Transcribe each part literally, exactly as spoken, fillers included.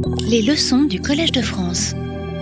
Les leçons du Collège de France.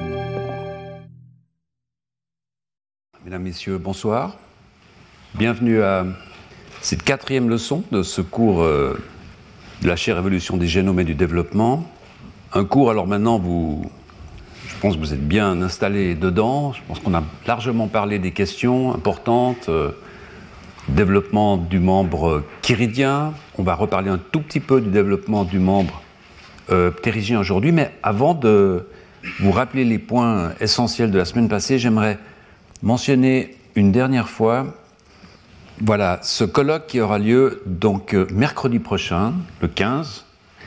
Mesdames, Messieurs, bonsoir. Bienvenue à cette quatrième leçon de ce cours euh, de la chaire évolution des génomes et du développement. Un cours, alors maintenant, vous, je pense que vous êtes bien installés dedans. Je pense qu'on a largement parlé des questions importantes. Euh, développement du membre chiridien. On va reparler un tout petit peu du développement du membre euh, ptérygien aujourd'hui. Mais avant de vous rappeler les points essentiels de la semaine passée, j'aimerais mentionner une dernière fois voilà, ce colloque qui aura lieu donc mercredi prochain, le quinze.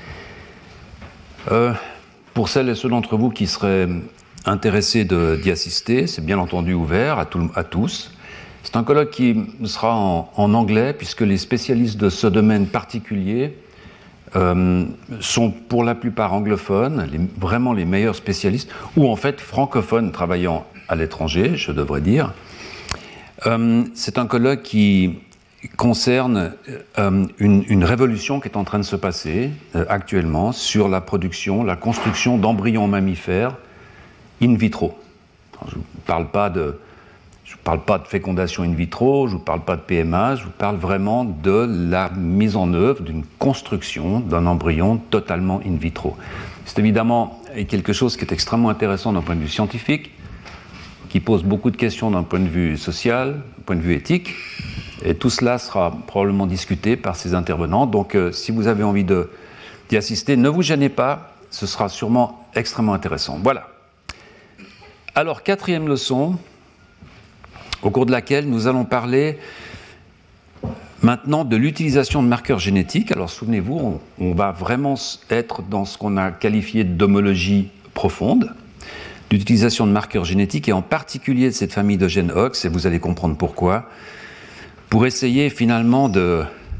Euh, pour celles et ceux d'entre vous qui seraient intéressés de, d'y assister, c'est bien entendu ouvert à, tout, à tous. C'est un colloque qui sera en, en anglais, puisque les spécialistes de ce domaine particulier euh, sont pour la plupart anglophones, les, vraiment les meilleurs spécialistes, ou en fait francophones travaillant à l'étranger, je devrais dire. Euh, c'est un colloque qui concerne euh, une, une révolution qui est en train de se passer euh, actuellement sur la production, la construction d'embryons mammifères in vitro. Alors, je ne vous parle pas de... Je ne vous parle pas de fécondation in vitro, je ne vous parle pas de P M A, je vous parle vraiment de la mise en œuvre d'une construction d'un embryon totalement in vitro. C'est évidemment quelque chose qui est extrêmement intéressant d'un point de vue scientifique, qui pose beaucoup de questions d'un point de vue social, d'un point de vue éthique, et tout cela sera probablement discuté par ces intervenants. Donc euh, si vous avez envie de, d'y assister, ne vous gênez pas, ce sera sûrement extrêmement intéressant. Voilà. Alors, quatrième leçon, au cours de laquelle nous allons parler maintenant de l'utilisation de marqueurs génétiques. Alors souvenez-vous, on, on va vraiment être dans ce qu'on a qualifié d'homologie profonde, l'utilisation de marqueurs génétiques et en particulier de cette famille de gènes O X, et vous allez comprendre pourquoi, pour essayer finalement de,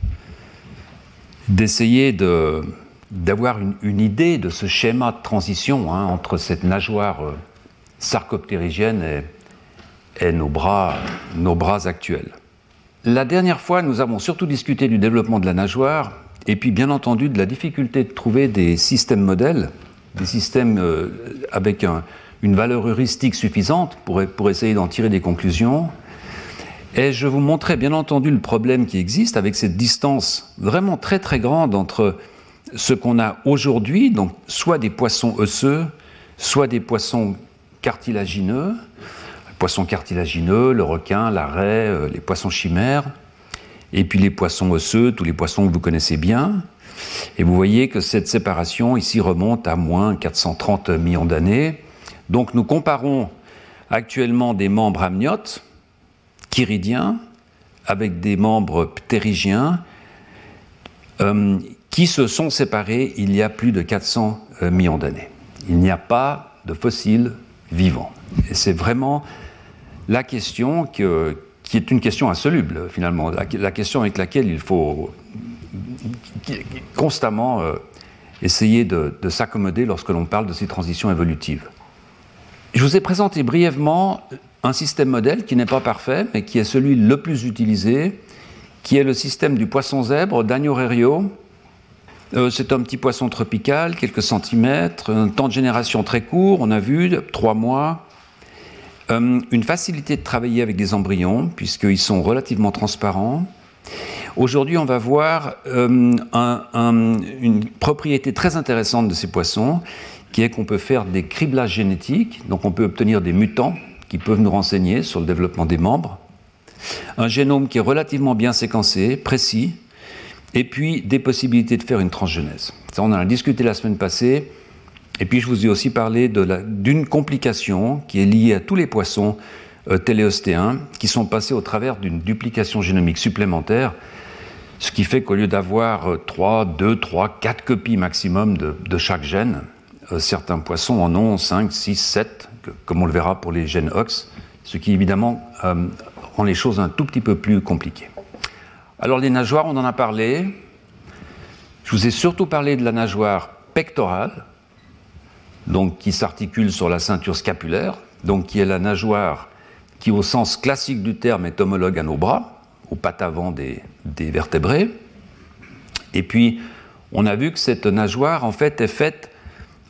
d'essayer de, d'avoir une, une idée de ce schéma de transition hein, entre cette nageoire euh, sarcoptérygienne et et nos bras, nos bras actuels. La dernière fois, nous avons surtout discuté du développement de la nageoire et puis bien entendu de la difficulté de trouver des systèmes modèles, des systèmes euh, avec un, une valeur heuristique suffisante pour, pour essayer d'en tirer des conclusions. Et je vous montrais bien entendu le problème qui existe avec cette distance vraiment très très grande entre ce qu'on a aujourd'hui, donc soit des poissons osseux, soit des poissons cartilagineux, poissons cartilagineux, le requin, la raie, euh, les poissons chimères, et puis les poissons osseux, tous les poissons que vous connaissez bien. Et vous voyez que cette séparation ici remonte à moins quatre cent trente millions d'années. Donc nous comparons actuellement des membres amniotes, chiridiens, avec des membres ptérygiens, euh, qui se sont séparés il y a plus de quatre cents millions d'années. Il n'y a pas de fossiles vivants. Et c'est vraiment la question que, qui est une question insoluble, finalement, la, la question avec laquelle il faut constamment euh, essayer de, de s'accommoder lorsque l'on parle de ces transitions évolutives. Je vous ai présenté brièvement un système modèle qui n'est pas parfait, mais qui est celui le plus utilisé, qui est le système du poisson zèbre d'Agnorerio. Euh, c'est un petit poisson tropical, quelques centimètres, un temps de génération très court, on a vu, trois mois. Euh, une facilité de travailler avec des embryons, puisqu'ils sont relativement transparents. Aujourd'hui, on va voir euh, un, un, une propriété très intéressante de ces poissons, qui est qu'on peut faire des criblages génétiques, donc on peut obtenir des mutants qui peuvent nous renseigner sur le développement des membres, un génome qui est relativement bien séquencé, précis, et puis des possibilités de faire une transgenèse. Ça, on en a discuté la semaine passée. Et puis je vous ai aussi parlé de la, d'une complication qui est liée à tous les poissons euh, téléostéens qui sont passés au travers d'une duplication génomique supplémentaire, ce qui fait qu'au lieu d'avoir euh, trois, deux, trois, quatre copies maximum de, de chaque gène, euh, certains poissons en ont cinq, six, sept, que, comme on le verra pour les gènes O X, ce qui évidemment euh, rend les choses un tout petit peu plus compliquées. Alors les nageoires, on en a parlé. Je vous ai surtout parlé de la nageoire pectorale, donc qui s'articule sur la ceinture scapulaire, donc qui est la nageoire qui, au sens classique du terme, est homologue à nos bras, aux pattes avant des, des vertébrés. Et puis, on a vu que cette nageoire, en fait, est faite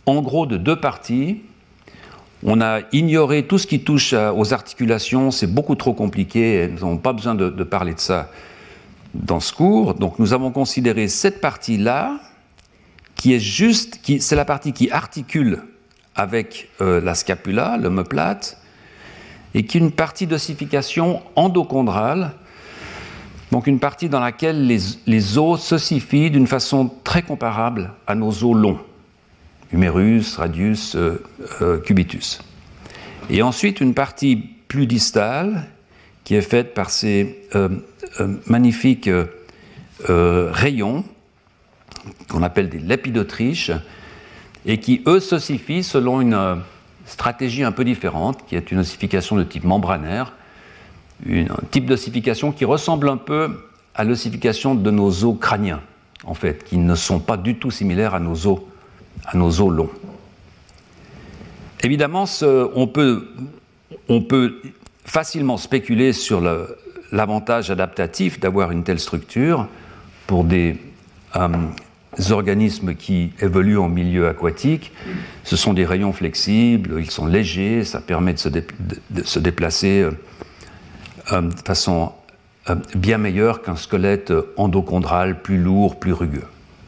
en gros de deux parties. On a ignoré tout ce qui touche à, aux articulations, c'est beaucoup trop compliqué, et nous n'avons pas besoin de, de parler de ça dans ce cours. Donc nous avons considéré cette partie-là, qui est juste, qui, c'est la partie qui articule avec euh, la scapula, l'omoplate, et qui est une partie d'ossification endochondrale, donc une partie dans laquelle les, les os s'ossifient d'une façon très comparable à nos os longs, humérus, radius, euh, euh, cubitus. Et ensuite une partie plus distale, qui est faite par ces euh, euh, magnifiques euh, euh, rayons, qu'on appelle des lépidotriches, et qui, eux, s'ossifient selon une euh, stratégie un peu différente, qui est une ossification de type membranaire, une, un type d'ossification qui ressemble un peu à l'ossification de nos os crâniens, en fait, qui ne sont pas du tout similaires à nos os, à nos os longs. Évidemment, ce, on, peut, on peut facilement spéculer sur le, l'avantage adaptatif d'avoir une telle structure pour des euh, organismes qui évoluent en milieu aquatique. Ce sont des rayons flexibles, ils sont légers, ça permet de se, dé, de, de se déplacer euh, euh, de façon euh, bien meilleure qu'un squelette endochondral plus lourd, plus rugueux.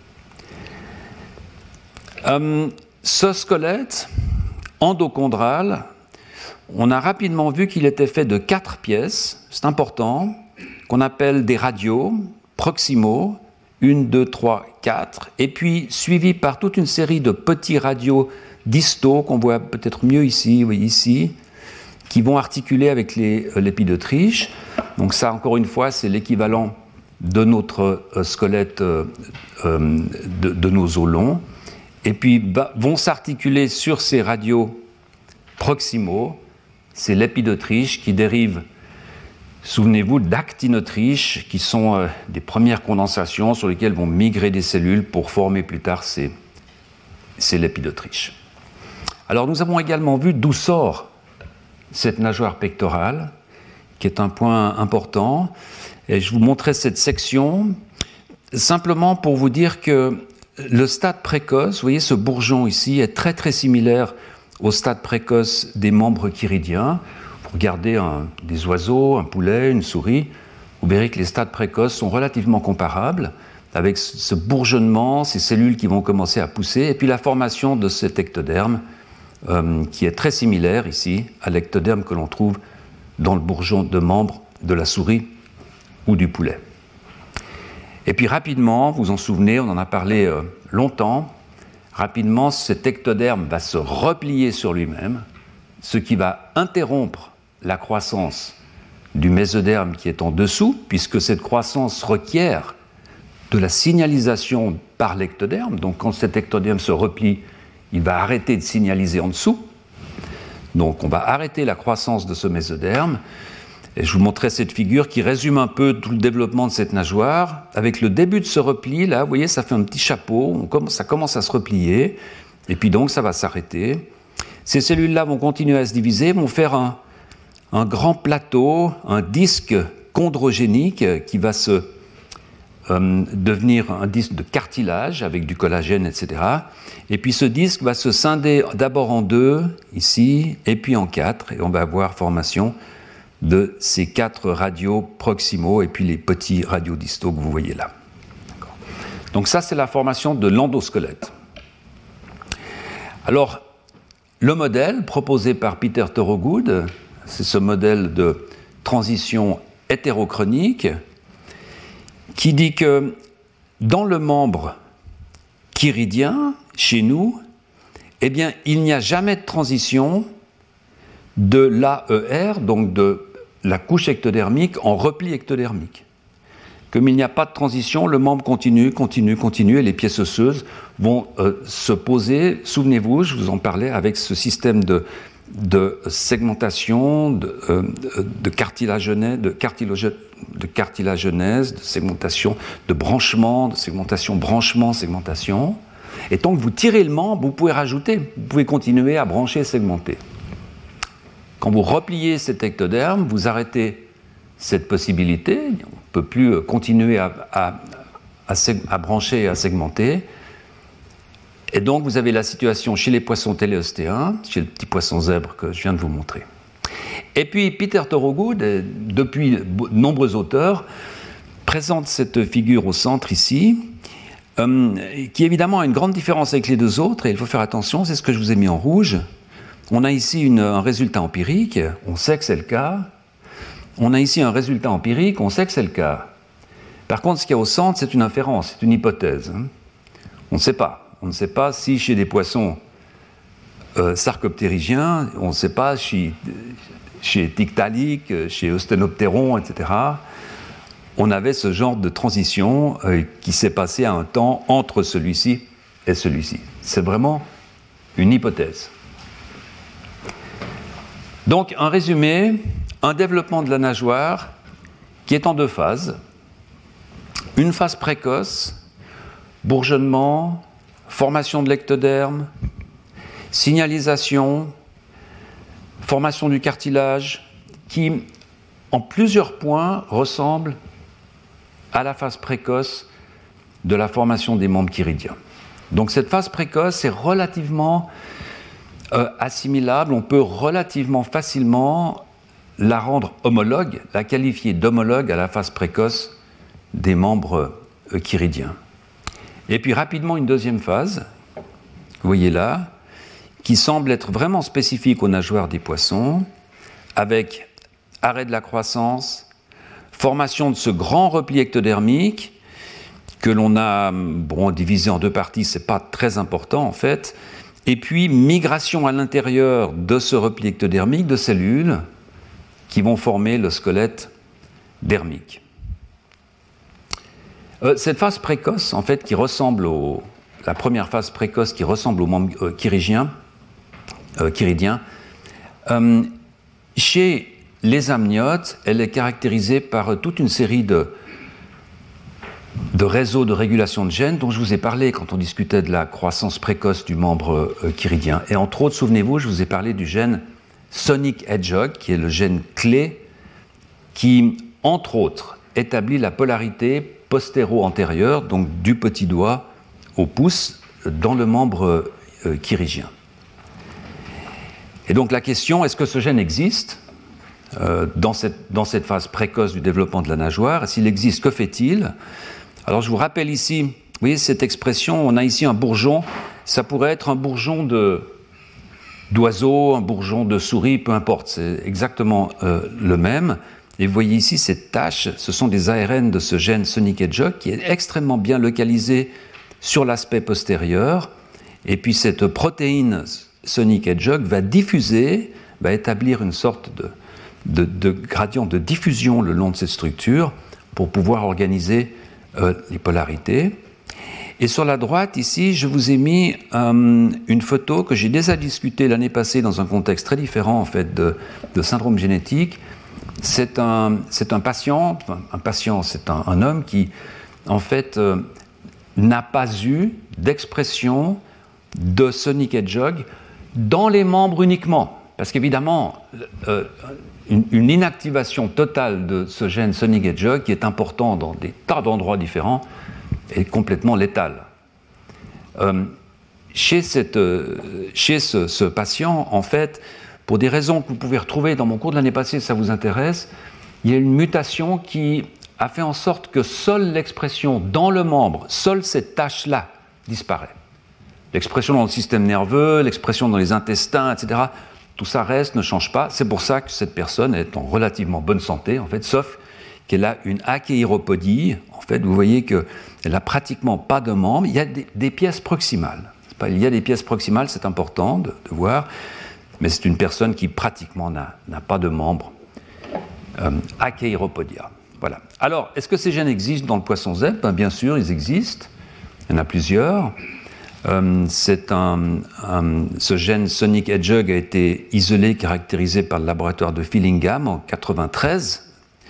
Euh, ce squelette endochondral, on a rapidement vu qu'il était fait de quatre pièces, c'est important, qu'on appelle des radios proximaux, une, deux, trois, quatre, et puis suivi par toute une série de petits radios distaux, qu'on voit peut-être mieux ici, oui, ici, qui vont articuler avec les lépidotriches. Donc ça, encore une fois, c'est l'équivalent de notre euh, squelette euh, euh, de, de nos os longs, et puis bah, vont s'articuler sur ces radios proximaux, ces lépidotriches qui dérivent, souvenez-vous, d'actinotriches, qui sont euh, des premières condensations sur lesquelles vont migrer des cellules pour former plus tard ces, ces lépidotriches. Alors nous avons également vu d'où sort cette nageoire pectorale, qui est un point important, et je vous montrais cette section simplement pour vous dire que le stade précoce, vous voyez ce bourgeon ici, est très très similaire au stade précoce des membres chiridiens. Vous regardez un, des oiseaux, un poulet, une souris, vous verrez que les stades précoces sont relativement comparables, avec ce bourgeonnement, ces cellules qui vont commencer à pousser, et puis la formation de cet ectoderme, euh, qui est très similaire ici à l'ectoderme que l'on trouve dans le bourgeon de membre de la souris ou du poulet. Et puis rapidement, vous vous en souvenez, on en a parlé euh, longtemps, rapidement cet ectoderme va se replier sur lui-même, ce qui va interrompre la croissance du mésoderme qui est en dessous, puisque cette croissance requiert de la signalisation par l'ectoderme. Donc quand cet ectoderme se replie, il va arrêter de signaliser en dessous. Donc on va arrêter la croissance de ce mésoderme. Et je vous montrais cette figure qui résume un peu tout le développement de cette nageoire. Avec le début de ce repli, là, vous voyez, ça fait un petit chapeau, on commence, ça commence à se replier, et puis donc ça va s'arrêter. Ces cellules-là vont continuer à se diviser, vont faire un, un grand plateau, un disque chondrogénique qui va se euh, devenir un disque de cartilage avec du collagène, et cetera. Et puis ce disque va se scinder d'abord en deux, ici, et puis en quatre, et on va avoir formation de ces quatre radios proximaux et puis les petits radios distaux que vous voyez là. D'accord. Donc ça, c'est la formation de l'endosquelette. Alors, le modèle proposé par Peter Thorogood, c'est ce modèle de transition hétérochronique qui dit que dans le membre chiridien, chez nous, eh bien, il n'y a jamais de transition de l'A E R, donc de la couche ectodermique, en repli ectodermique. Comme il n'y a pas de transition, le membre continue, continue, continue, et les pièces osseuses vont euh, se poser, souvenez-vous, je vous en parlais, avec ce système de, de segmentation, de, euh, de, cartilagenèse, de, cartilage, de cartilagenèse, de segmentation, de branchement, de segmentation, branchement, segmentation. Et tant que vous tirez le membre, vous pouvez rajouter, vous pouvez continuer à brancher et segmenter. Quand vous repliez cet ectoderme, vous arrêtez cette possibilité, on ne peut plus continuer à, à, à, à brancher et à segmenter, Et donc, vous avez la situation chez les poissons téléostéens, chez le petit poisson zèbre que je viens de vous montrer. Et puis, Peter Thorogood, depuis de nombreux auteurs, présente cette figure au centre ici, euh, qui évidemment a une grande différence avec les deux autres, et il faut faire attention, c'est ce que je vous ai mis en rouge. On a ici une, un résultat empirique, on sait que c'est le cas. On a ici un résultat empirique, on sait que c'est le cas. Par contre, ce qu'il y a au centre, c'est une inférence, c'est une hypothèse. On ne sait pas. On ne sait pas si chez des poissons euh, sarcoptérygiens, on ne sait pas chez, chez Tiktaalik, chez Eusthenopteron, et cetera, on avait ce genre de transition euh, qui s'est passé à un temps entre celui-ci et celui-ci. C'est vraiment une hypothèse. Donc, un résumé, un développement de la nageoire qui est en deux phases. Une phase précoce, bourgeonnement, formation de l'ectoderme, signalisation, formation du cartilage, qui, en plusieurs points, ressemble à la phase précoce de la formation des membres chiridiens. Donc, cette phase précoce est relativement euh, assimilable, on peut relativement facilement la rendre homologue, la qualifier d'homologue à la phase précoce des membres euh, chiridiens. Et puis rapidement une deuxième phase, vous voyez là, qui semble être vraiment spécifique aux nageoires des poissons, avec arrêt de la croissance, formation de ce grand repli ectodermique, que l'on a bon, divisé en deux parties, ce n'est pas très important en fait, et puis migration à l'intérieur de ce repli ectodermique de cellules qui vont former le squelette dermique. Euh, cette phase précoce, en fait, qui ressemble au, la première phase précoce qui ressemble aux membres euh, chiridiens, euh, chiridiens euh, chez les amniotes, elle est caractérisée par toute une série de, de réseaux de régulation de gènes dont je vous ai parlé quand on discutait de la croissance précoce du membre euh, chiridien. Et entre autres, souvenez-vous, je vous ai parlé du gène Sonic Hedgehog, qui est le gène clé qui, entre autres, établit la polarité postéro-antérieure, donc du petit doigt au pouce, dans le membre euh, chirigien. Et donc la question, est-ce que ce gène existe euh, dans, cette, dans cette phase précoce du développement de la nageoire? Et s'il existe, que fait-il? Alors je vous rappelle ici, vous voyez cette expression, on a ici un bourgeon, ça pourrait être un bourgeon de, d'oiseau, un bourgeon de souris, peu importe, c'est exactement euh, le même. Et vous voyez ici cette tache, ce sont des A R N de ce gène Sonic Hedgehog qui est extrêmement bien localisé sur l'aspect postérieur. Et puis cette protéine Sonic Hedgehog va diffuser, va établir une sorte de, de, de gradient de diffusion le long de cette structure pour pouvoir organiser euh, les polarités. Et sur la droite, ici, je vous ai mis euh, une photo que j'ai déjà discutée l'année passée dans un contexte très différent en fait, de, de syndrome génétique. C'est un, c'est un patient, un patient, c'est un, un homme qui, en fait, euh, n'a pas eu d'expression de Sonic Hedgehog dans les membres uniquement. Parce qu'évidemment, euh, une, une inactivation totale de ce gène Sonic Hedgehog, qui est important dans des tas d'endroits différents, est complètement létale. Euh, chez cette, euh, chez ce, ce patient, en fait, pour des raisons que vous pouvez retrouver dans mon cours de l'année passée, si ça vous intéresse, il y a une mutation qui a fait en sorte que seule l'expression dans le membre, seule cette tâche-là disparaît. L'expression dans le système nerveux, l'expression dans les intestins, et cetera, tout ça reste, ne change pas. C'est pour ça que cette personne est en relativement bonne santé, en fait, sauf qu'elle a une achéiropodie. En fait, vous voyez qu'elle n'a pratiquement pas de membres. Il y a des, des pièces proximales. C'est pas, il y a des pièces proximales, c'est important de, de voir. Mais c'est une personne qui pratiquement n'a, n'a pas de membres. Euh, achéiropodia. Voilà. Alors, est-ce que ces gènes existent dans le poisson zèbre? Ben, bien sûr, ils existent. Il y en a plusieurs. Euh, c'est un, un, ce gène Sonic Hedgehog a été isolé, caractérisé par le laboratoire de Fillingham en quatre-vingt-treize.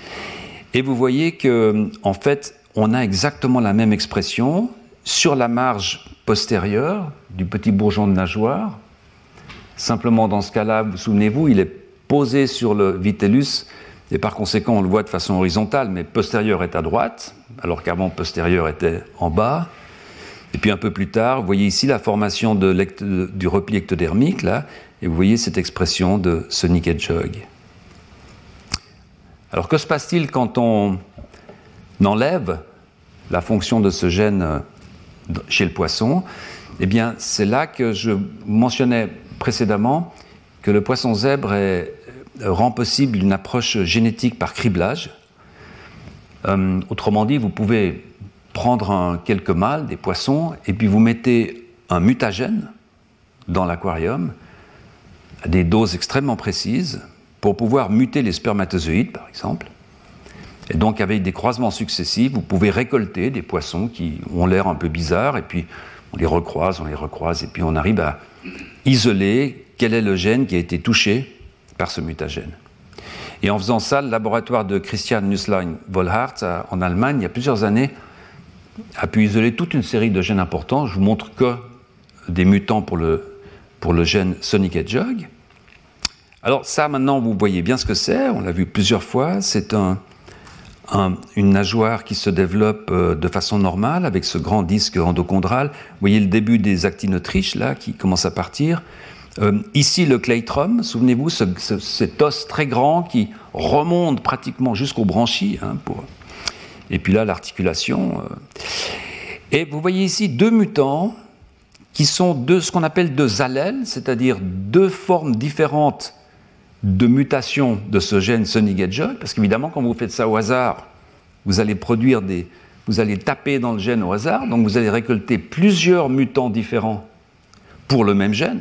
Et vous voyez que, en fait, on a exactement la même expression sur la marge postérieure du petit bourgeon de nageoire. Simplement, dans ce cas-là, vous souvenez-vous, il est posé sur le vitellus et par conséquent, on le voit de façon horizontale, mais postérieur est à droite, alors qu'avant, postérieur était en bas. Et puis un peu plus tard, vous voyez ici la formation de de, du repli ectodermique, là, et vous voyez cette expression de Sonic Hedgehog. Alors que se passe-t-il quand on enlève la fonction de ce gène chez le poisson? Eh bien, c'est là que je mentionnais précédemment que le poisson zèbre est, rend possible une approche génétique par criblage. Euh, autrement dit, vous pouvez prendre un, quelques mâles, des poissons, et puis vous mettez un mutagène dans l'aquarium à des doses extrêmement précises pour pouvoir muter les spermatozoïdes, par exemple. Et donc, avec des croisements successifs, vous pouvez récolter des poissons qui ont l'air un peu bizarres, et puis on les recroise, on les recroise, et puis on arrive à isoler quel est le gène qui a été touché par ce mutagène. Et en faisant ça, le laboratoire de Christian Nusslein-Volhart en Allemagne, il y a plusieurs années, a pu isoler toute une série de gènes importants. Je vous montre que des mutants pour le, pour le gène Sonic Hedgehog. Alors ça, maintenant, vous voyez bien ce que c'est, on l'a vu plusieurs fois, c'est un, un, une nageoire qui se développe de façon normale avec ce grand disque endochondral. Vous voyez le début des actinotriches, là, qui commence à partir. Euh, ici, le cleitrum, souvenez-vous, ce, ce, cet os très grand qui remonte pratiquement jusqu'au branchies. Hein, pour... Et puis là, l'articulation. Euh... Et vous voyez ici deux mutants qui sont deux, ce qu'on appelle deux allèles, c'est-à-dire deux formes différentes de mutation de ce gène Sonic Hedgehog, parce qu'évidemment, quand vous faites ça au hasard, vous allez produire des... vous allez taper dans le gène au hasard, donc vous allez récolter plusieurs mutants différents pour le même gène.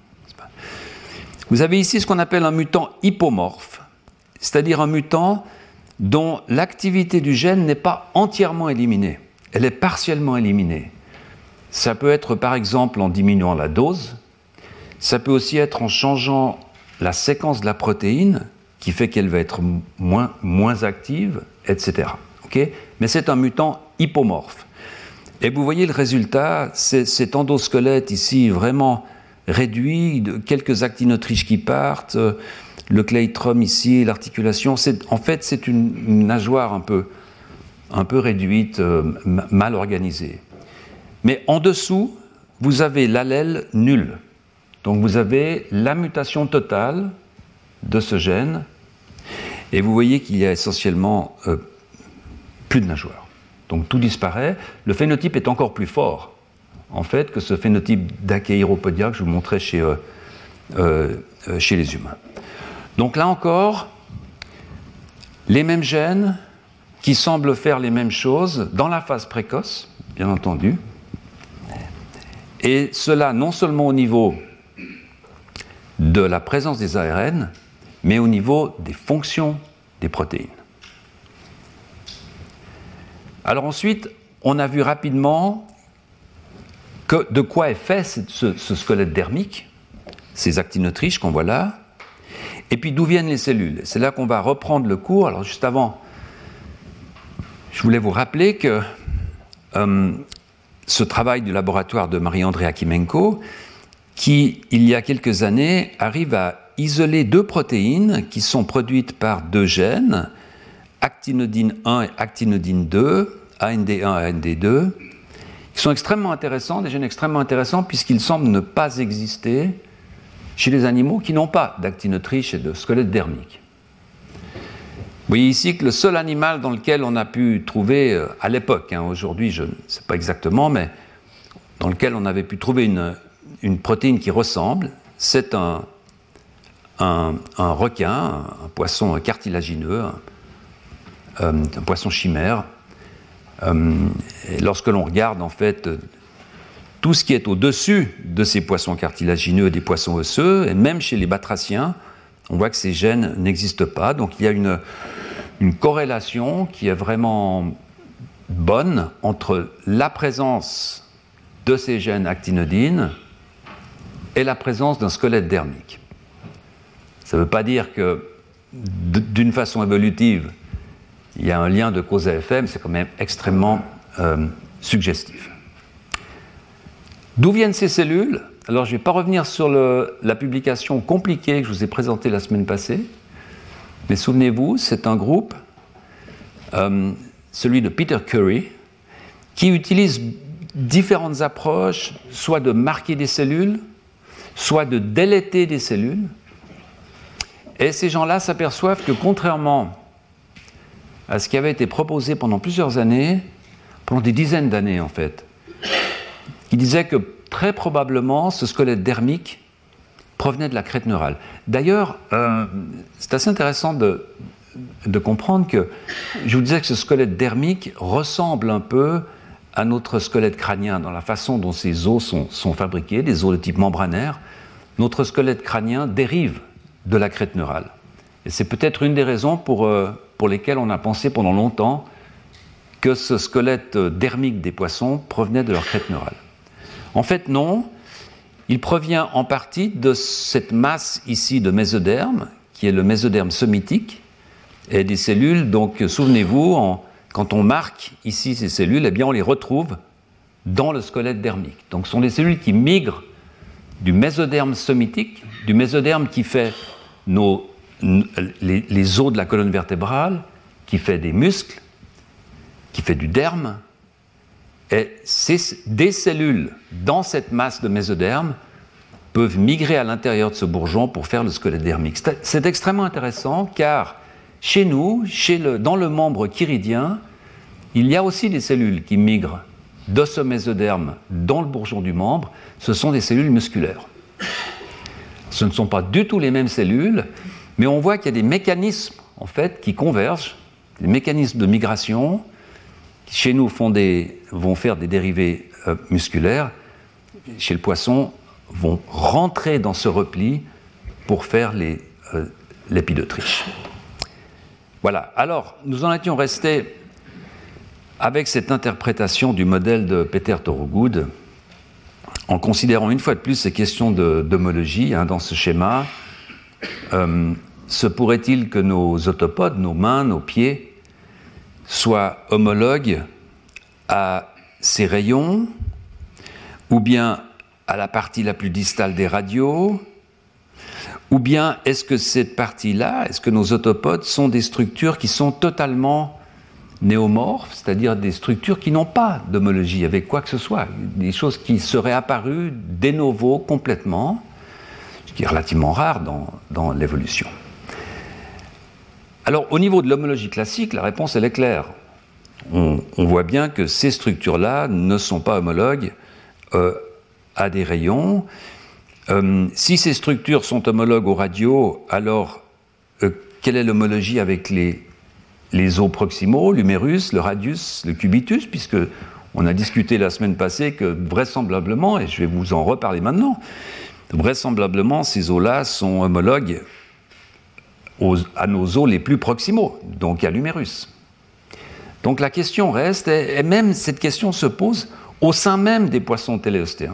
Vous avez ici ce qu'on appelle un mutant hypomorphe, c'est-à-dire un mutant dont l'activité du gène n'est pas entièrement éliminée, elle est partiellement éliminée. Ça peut être par exemple en diminuant la dose, ça peut aussi être en changeant la séquence de la protéine qui fait qu'elle va être moins, moins active, et cetera. Okay ? Mais c'est un mutant hypomorphe. Et vous voyez le résultat, c'est cet endosquelette ici vraiment réduit, de quelques actinotriches qui partent, le cleitrum ici, l'articulation. C'est, en fait, c'est une, une nageoire un peu, un peu réduite, euh, mal organisée. Mais en dessous, vous avez l'allèle nul. Donc vous avez la mutation totale de ce gène, et vous voyez qu'il y a essentiellement euh, plus de nageoires. Donc tout disparaît. Le phénotype est encore plus fort, en fait, que ce phénotype d'Achéiropodia que je vous montrais chez, euh, euh, chez les humains. Donc là encore, les mêmes gènes qui semblent faire les mêmes choses dans la phase précoce, bien entendu, et cela non seulement au niveau de la présence des A R N, mais au niveau des fonctions des protéines. Alors ensuite, on a vu rapidement que, de quoi est fait ce, ce squelette dermique, ces actinotriches qu'on voit là, et puis d'où viennent les cellules. C'est là qu'on va reprendre le cours. Alors juste avant, je voulais vous rappeler que euh, ce travail du laboratoire de Marie-André Akimenko, qui, il y a quelques années, arrive à isoler deux protéines qui sont produites par deux gènes, actinodine un et actinodine deux, A N D un et A N D deux, qui sont extrêmement intéressants, des gènes extrêmement intéressants, puisqu'ils semblent ne pas exister chez les animaux qui n'ont pas d'actinotriche et de squelette dermique. Vous voyez ici que le seul animal dans lequel on a pu trouver, à l'époque, hein, aujourd'hui je ne sais pas exactement, mais dans lequel on avait pu trouver une, une protéine qui ressemble, c'est un, un, un requin, un, un poisson cartilagineux, un, un poisson chimère. Et lorsque l'on regarde en fait tout ce qui est au-dessus de ces poissons cartilagineux et des poissons osseux, et même chez les batraciens, on voit que ces gènes n'existent pas. Donc il y a une, une corrélation qui est vraiment bonne entre la présence de ces gènes actinodines et la présence d'un squelette dermique. Ça ne veut pas dire que d'une façon évolutive, il y a un lien de cause à effet, mais c'est quand même extrêmement euh, suggestif. D'où viennent ces cellules ? Alors, je ne vais pas revenir sur le, la publication compliquée que je vous ai présentée la semaine passée, mais souvenez-vous, c'est un groupe, euh, celui de Peter Curry, qui utilise différentes approches, soit de marquer des cellules, soit de déléter des cellules. Et ces gens-là s'aperçoivent que contrairement à ce qui avait été proposé pendant plusieurs années, pendant des dizaines d'années en fait, qui disait que très probablement ce squelette dermique provenait de la crête neurale. D'ailleurs, euh, c'est assez intéressant de, de comprendre que je vous disais que ce squelette dermique ressemble un peu à notre squelette crânien dans la façon dont ces os sont, sont fabriqués, des os de type membranaire. Notre squelette crânien dérive de la crête neurale. Et c'est peut-être une des raisons pour, euh, pour lesquelles on a pensé pendant longtemps que ce squelette dermique des poissons provenait de leur crête neurale. En fait, non. Il provient en partie de cette masse ici de mésoderme, qui est le mésoderme somitique, et des cellules, donc souvenez-vous, en, quand on marque ici ces cellules, eh bien on les retrouve dans le squelette dermique. Donc ce sont des cellules qui migrent du mésoderme somitique, du mésoderme qui fait nos, les, les os de la colonne vertébrale, qui fait des muscles, qui fait du derme, et ces, des cellules dans cette masse de mésoderme peuvent migrer à l'intérieur de ce bourgeon pour faire le squelette dermique. C'est, c'est extrêmement intéressant car chez nous, chez le, dans le membre chiridien, il y a aussi des cellules qui migrent de ce mésoderme dans le bourgeon du membre. Ce sont des cellules musculaires. Ce ne sont pas du tout les mêmes cellules, mais on voit qu'il y a des mécanismes en fait, qui convergent, des mécanismes de migration qui chez nous font des, vont faire des dérivés euh, musculaires, chez le poisson vont rentrer dans ce repli pour faire les, euh, l'épi d'Autriche. Voilà, alors nous en étions restés avec cette interprétation du modèle de Peter Thorogood, en considérant une fois de plus ces questions de, d'homologie hein, dans ce schéma. Euh, se pourrait-il que nos autopodes, nos mains, nos pieds, soient homologues à ces rayons, ou bien à la partie la plus distale des radios, ou bien est-ce que cette partie-là, est-ce que nos autopodes sont des structures qui sont totalement néomorphes, c'est-à-dire des structures qui n'ont pas d'homologie avec quoi que ce soit, des choses qui seraient apparues de novo complètement, ce qui est relativement rare dans, dans l'évolution. Alors, au niveau de l'homologie classique, la réponse, elle est claire. On, on voit bien que ces structures-là ne sont pas homologues euh, à des rayons. Euh, si ces structures sont homologues aux radios, alors euh, quelle est l'homologie avec les, les os proximaux, l'humérus, le radius, le cubitus, puisque on a discuté la semaine passée que vraisemblablement, et je vais vous en reparler maintenant, vraisemblablement ces os-là sont homologues aux, à nos os les plus proximaux, donc à l'humérus. Donc la question reste, et même cette question se pose au sein même des poissons téléostéens.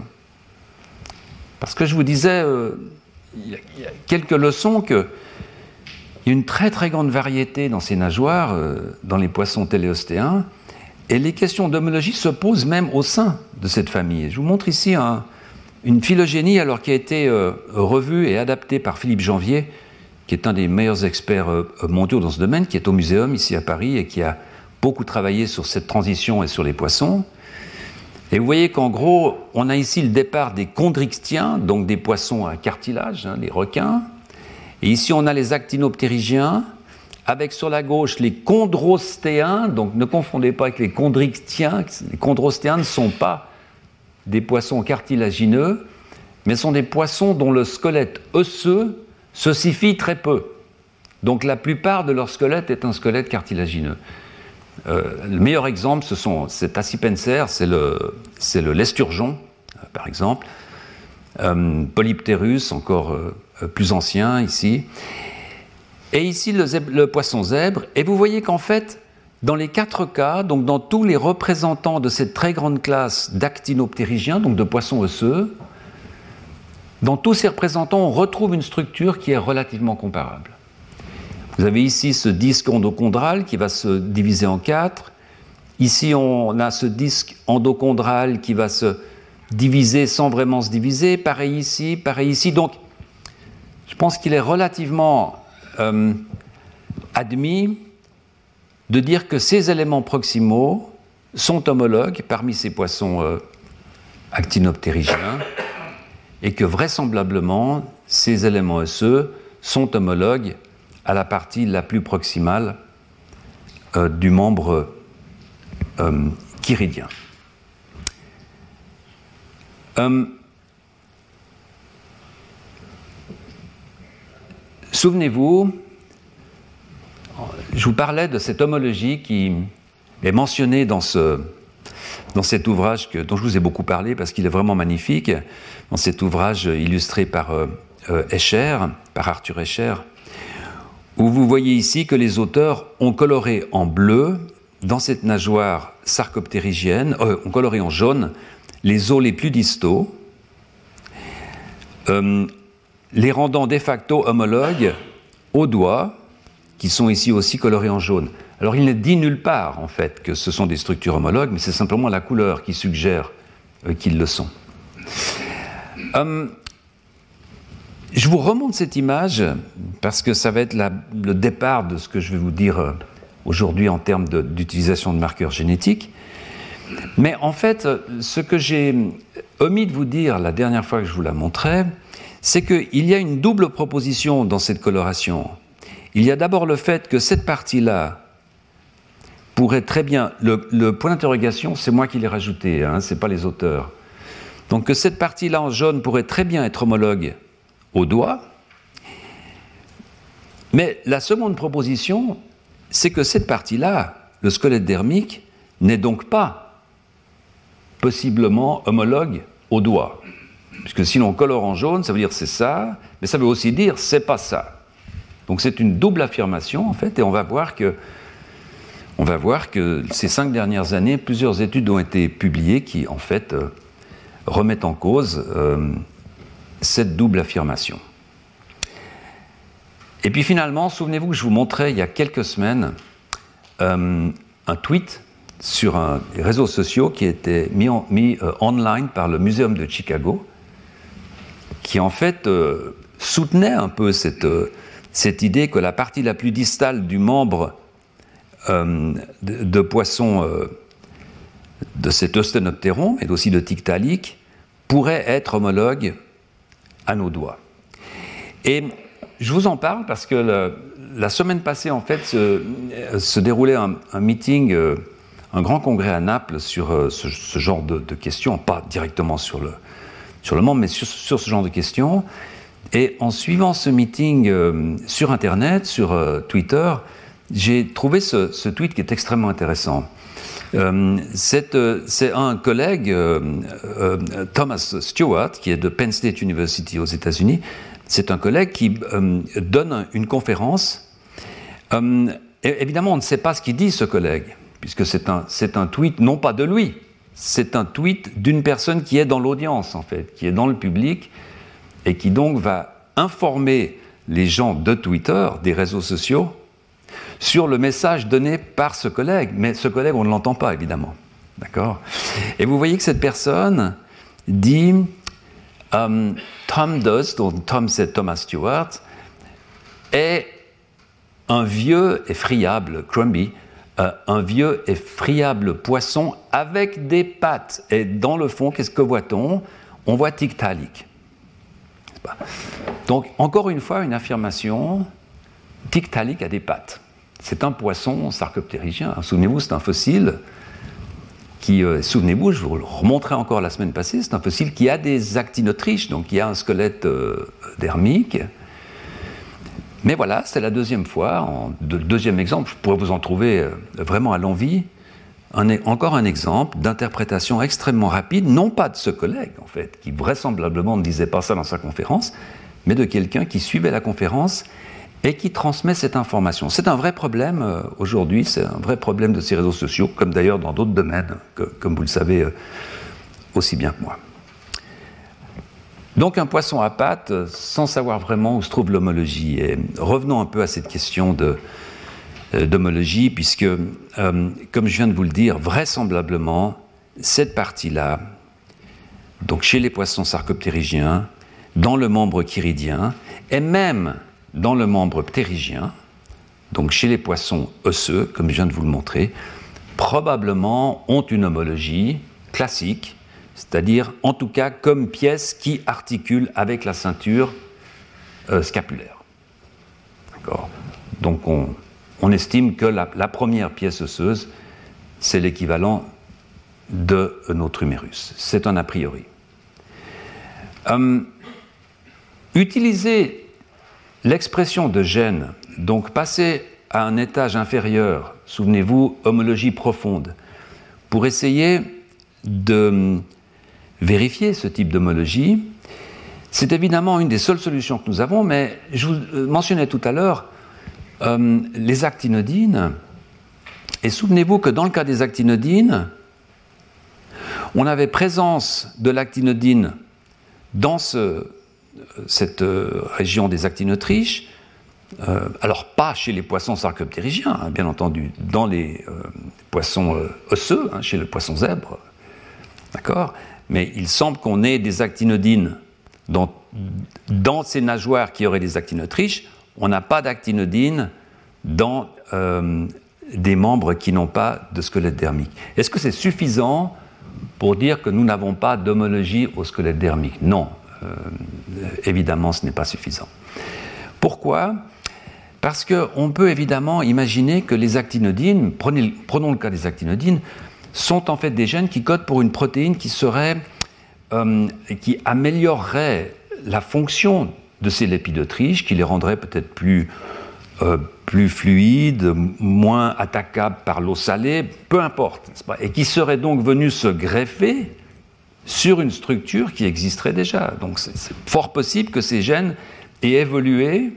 Parce que je vous disais, euh, il, y a, il y a quelques leçons qu'il y a une très très grande variété dans ces nageoires, euh, dans les poissons téléostéens, et les questions d'homologie se posent même au sein de cette famille. Je vous montre ici un, une phylogénie alors, qui a été euh, revue et adaptée par Philippe Janvier, qui est un des meilleurs experts euh, mondiaux dans ce domaine, qui est au Muséum ici à Paris et qui a beaucoup travaillé sur cette transition et sur les poissons. Et vous voyez qu'en gros, on a ici le départ des chondrichtiens, donc des poissons à cartilage, hein, les requins. Et ici, on a les actinoptérygiens, avec sur la gauche les chondrostéens, donc ne confondez pas avec les chondrichtiens. Les chondrostéens ne sont pas des poissons cartilagineux, mais sont des poissons dont le squelette osseux s'ossifie très peu. Donc la plupart de leur squelette est un squelette cartilagineux. Euh, le meilleur exemple, ce sont, c'est Acipenser, c'est le, c'est le l'esturgeon, euh, par exemple, euh, Polypterus, encore euh, plus ancien ici, et ici le, zèbre, le poisson zèbre, et vous voyez qu'en fait, dans les quatre cas, donc dans tous les représentants de cette très grande classe d'actinoptérygiens, donc de poissons osseux, dans tous ces représentants, on retrouve une structure qui est relativement comparable. Vous avez ici ce disque endochondral qui va se diviser en quatre. Ici, on a ce disque endochondral qui va se diviser sans vraiment se diviser. Pareil ici, pareil ici. Donc, je pense qu'il est relativement euh, admis de dire que ces éléments proximaux sont homologues parmi ces poissons euh, actinoptérygiens et que vraisemblablement ces éléments osseux sont homologues à la partie la plus proximale euh, du membre euh, chiridien. Euh, Souvenez-vous, je vous parlais de cette homologie qui est mentionnée dans, ce, dans cet ouvrage que, dont je vous ai beaucoup parlé parce qu'il est vraiment magnifique, dans cet ouvrage illustré par euh, Escher, par Arthur Escher, où vous voyez ici que les auteurs ont coloré en bleu, dans cette nageoire sarcoptérygienne, euh, ont coloré en jaune les os les plus distaux, euh, les rendant de facto homologues aux doigts, qui sont ici aussi colorés en jaune. Alors il n'est dit nulle part, en fait, que ce sont des structures homologues, mais c'est simplement la couleur qui suggère euh, qu'ils le sont. Euh, je vous remonte cette image, parce que ça va être la, le départ de ce que je vais vous dire euh, aujourd'hui en termes de, d'utilisation de marqueurs génétiques. Mais en fait, ce que j'ai omis de vous dire la dernière fois que je vous la montrais, c'est qu'il y a une double proposition dans cette coloration. Il y a d'abord le fait que cette partie-là pourrait très bien... Le, le point d'interrogation, c'est moi qui l'ai rajouté, hein, ce n'est pas les auteurs. Donc que cette partie-là en jaune pourrait très bien être homologue au doigt. Mais la seconde proposition, c'est que cette partie-là, le squelette dermique, n'est donc pas possiblement homologue au doigt. Puisque si l'on colore en jaune, ça veut dire c'est ça, mais ça veut aussi dire c'est pas ça. Donc c'est une double affirmation en fait, et on va voir que, on va voir que ces cinq dernières années, plusieurs études ont été publiées qui en fait euh, remettent en cause euh, cette double affirmation. Et puis finalement, souvenez-vous que je vous montrais il y a quelques semaines euh, un tweet sur un, les réseaux sociaux qui était mis, en, mis euh, online par le Muséum de Chicago, qui en fait euh, soutenait un peu cette, euh, cette idée que la partie la plus distale du membre euh, de, de poisson euh, de cet Eusthenopteron, mais aussi de Tiktaalik, pourrait être homologue à nos doigts. Et je vous en parle parce que le, la semaine passée, en fait, se, se déroulait un, un meeting, euh, un grand congrès à Naples sur euh, ce, ce genre de, de questions, pas directement sur le sur le monde, mais sur, sur ce genre de questions. Et en suivant ce meeting euh, sur Internet, sur euh, Twitter, j'ai trouvé ce, ce tweet qui est extrêmement intéressant. Euh, c'est, euh, c'est un collègue, euh, euh, Thomas Stewart, qui est de Penn State University aux États-Unis. C'est un collègue qui euh, donne une conférence. Euh, et évidemment, on ne sait pas ce qu'il dit, ce collègue, puisque c'est un, c'est un tweet, non pas de lui, c'est un tweet d'une personne qui est dans l'audience, en fait, qui est dans le public, et qui donc va informer les gens de Twitter, des réseaux sociaux, sur le message donné par ce collègue. Mais ce collègue, on ne l'entend pas, évidemment. D'accord ? Et vous voyez que cette personne dit um, « Tom Dust », donc Tom c'est Thomas Stewart, est un vieux et friable, Crumby, Euh, un vieux et friable poisson avec des pattes. Et dans le fond, qu'est-ce que voit-on ? On voit Tiktaalik. Donc, encore une fois, une affirmation, Tiktaalik a des pattes. C'est un poisson sarcoptérygien. Souvenez-vous, c'est un fossile qui, euh, souvenez-vous, je vous le remontrerai encore la semaine passée, c'est un fossile qui a des actinotriches, donc qui a un squelette euh, dermique. Mais voilà, c'est la deuxième fois, en de, deuxième exemple, je pourrais vous en trouver euh, vraiment à l'envi, un, encore un exemple d'interprétation extrêmement rapide, non pas de ce collègue, en fait, qui vraisemblablement ne disait pas ça dans sa conférence, mais de quelqu'un qui suivait la conférence et qui transmet cette information. C'est un vrai problème euh, aujourd'hui, c'est un vrai problème de ces réseaux sociaux, comme d'ailleurs dans d'autres domaines, que, comme vous le savez euh, aussi bien que moi. Donc un poisson à pattes, sans savoir vraiment où se trouve l'homologie. Et revenons un peu à cette question de, euh, d'homologie, puisque, euh, comme je viens de vous le dire, vraisemblablement, cette partie-là, donc chez les poissons sarcoptérygiens, dans le membre chiridien, et même dans le membre ptérygien, donc chez les poissons osseux, comme je viens de vous le montrer, probablement ont une homologie classique, c'est-à-dire en tout cas comme pièces qui articulent avec la ceinture euh, scapulaire. D'accord ? Donc on, on estime que la, la première pièce osseuse, c'est l'équivalent de notre humérus. C'est un a priori. Euh, utiliser l'expression de gène, donc passer à un étage inférieur, souvenez-vous, homologie profonde, pour essayer de vérifier ce type d'homologie, c'est évidemment une des seules solutions que nous avons, mais je vous mentionnais tout à l'heure euh, les actinodines, et souvenez-vous que dans le cas des actinodines, on avait présence de l'actinodine dans ce, cette euh, région des actinotriches, euh, alors pas chez les poissons sarcoptérygiens, hein, bien entendu, dans les euh, poissons euh, osseux, hein, chez le poisson zèbre, d'accord ? Mais il semble qu'on ait des actinodines dans, dans ces nageoires qui auraient des actinotriches. On n'a pas d'actinodines dans euh, des membres qui n'ont pas de squelette dermique. Est-ce que c'est suffisant pour dire que nous n'avons pas d'homologie au squelette dermique ? Non, euh, évidemment, ce n'est pas suffisant. Pourquoi ? Parce qu'on peut évidemment imaginer que les actinodines, prenez, prenons le cas des actinodines, sont en fait des gènes qui codent pour une protéine qui serait, euh, qui améliorerait la fonction de ces lépidotriches, qui les rendrait peut-être plus, euh, plus fluides, moins attaquables par l'eau salée, peu importe, n'est-ce pas ? Et qui serait donc venu se greffer sur une structure qui existerait déjà. Donc c'est, c'est fort possible que ces gènes aient évolué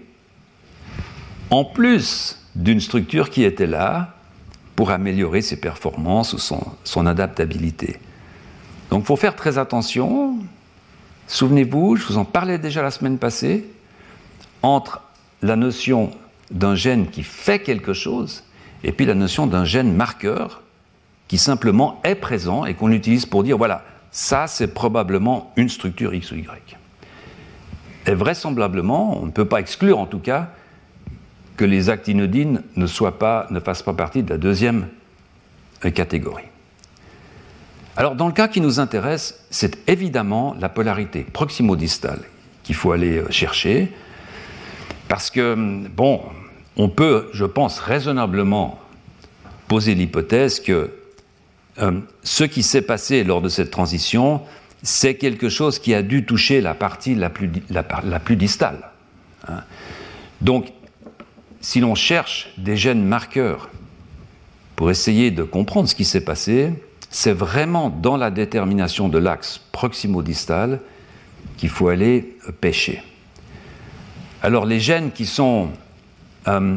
en plus d'une structure qui était là pour améliorer ses performances ou son, son adaptabilité. Donc il faut faire très attention. Souvenez-vous, je vous en parlais déjà la semaine passée, entre la notion d'un gène qui fait quelque chose et puis la notion d'un gène marqueur qui simplement est présent et qu'on utilise pour dire, voilà, ça c'est probablement une structure X ou Y. Et vraisemblablement, on ne peut pas exclure en tout cas que les actinodines ne, soient pas, ne fassent pas partie de la deuxième catégorie. Alors, dans le cas qui nous intéresse, c'est évidemment la polarité proximo-distale qu'il faut aller chercher, parce que, bon, on peut, je pense, raisonnablement poser l'hypothèse que euh, ce qui s'est passé lors de cette transition, c'est quelque chose qui a dû toucher la partie la plus, la, la plus distale. Hein. Donc, si l'on cherche des gènes marqueurs pour essayer de comprendre ce qui s'est passé, c'est vraiment dans la détermination de l'axe proximo-distal qu'il faut aller pêcher. Alors les gènes qui sont euh,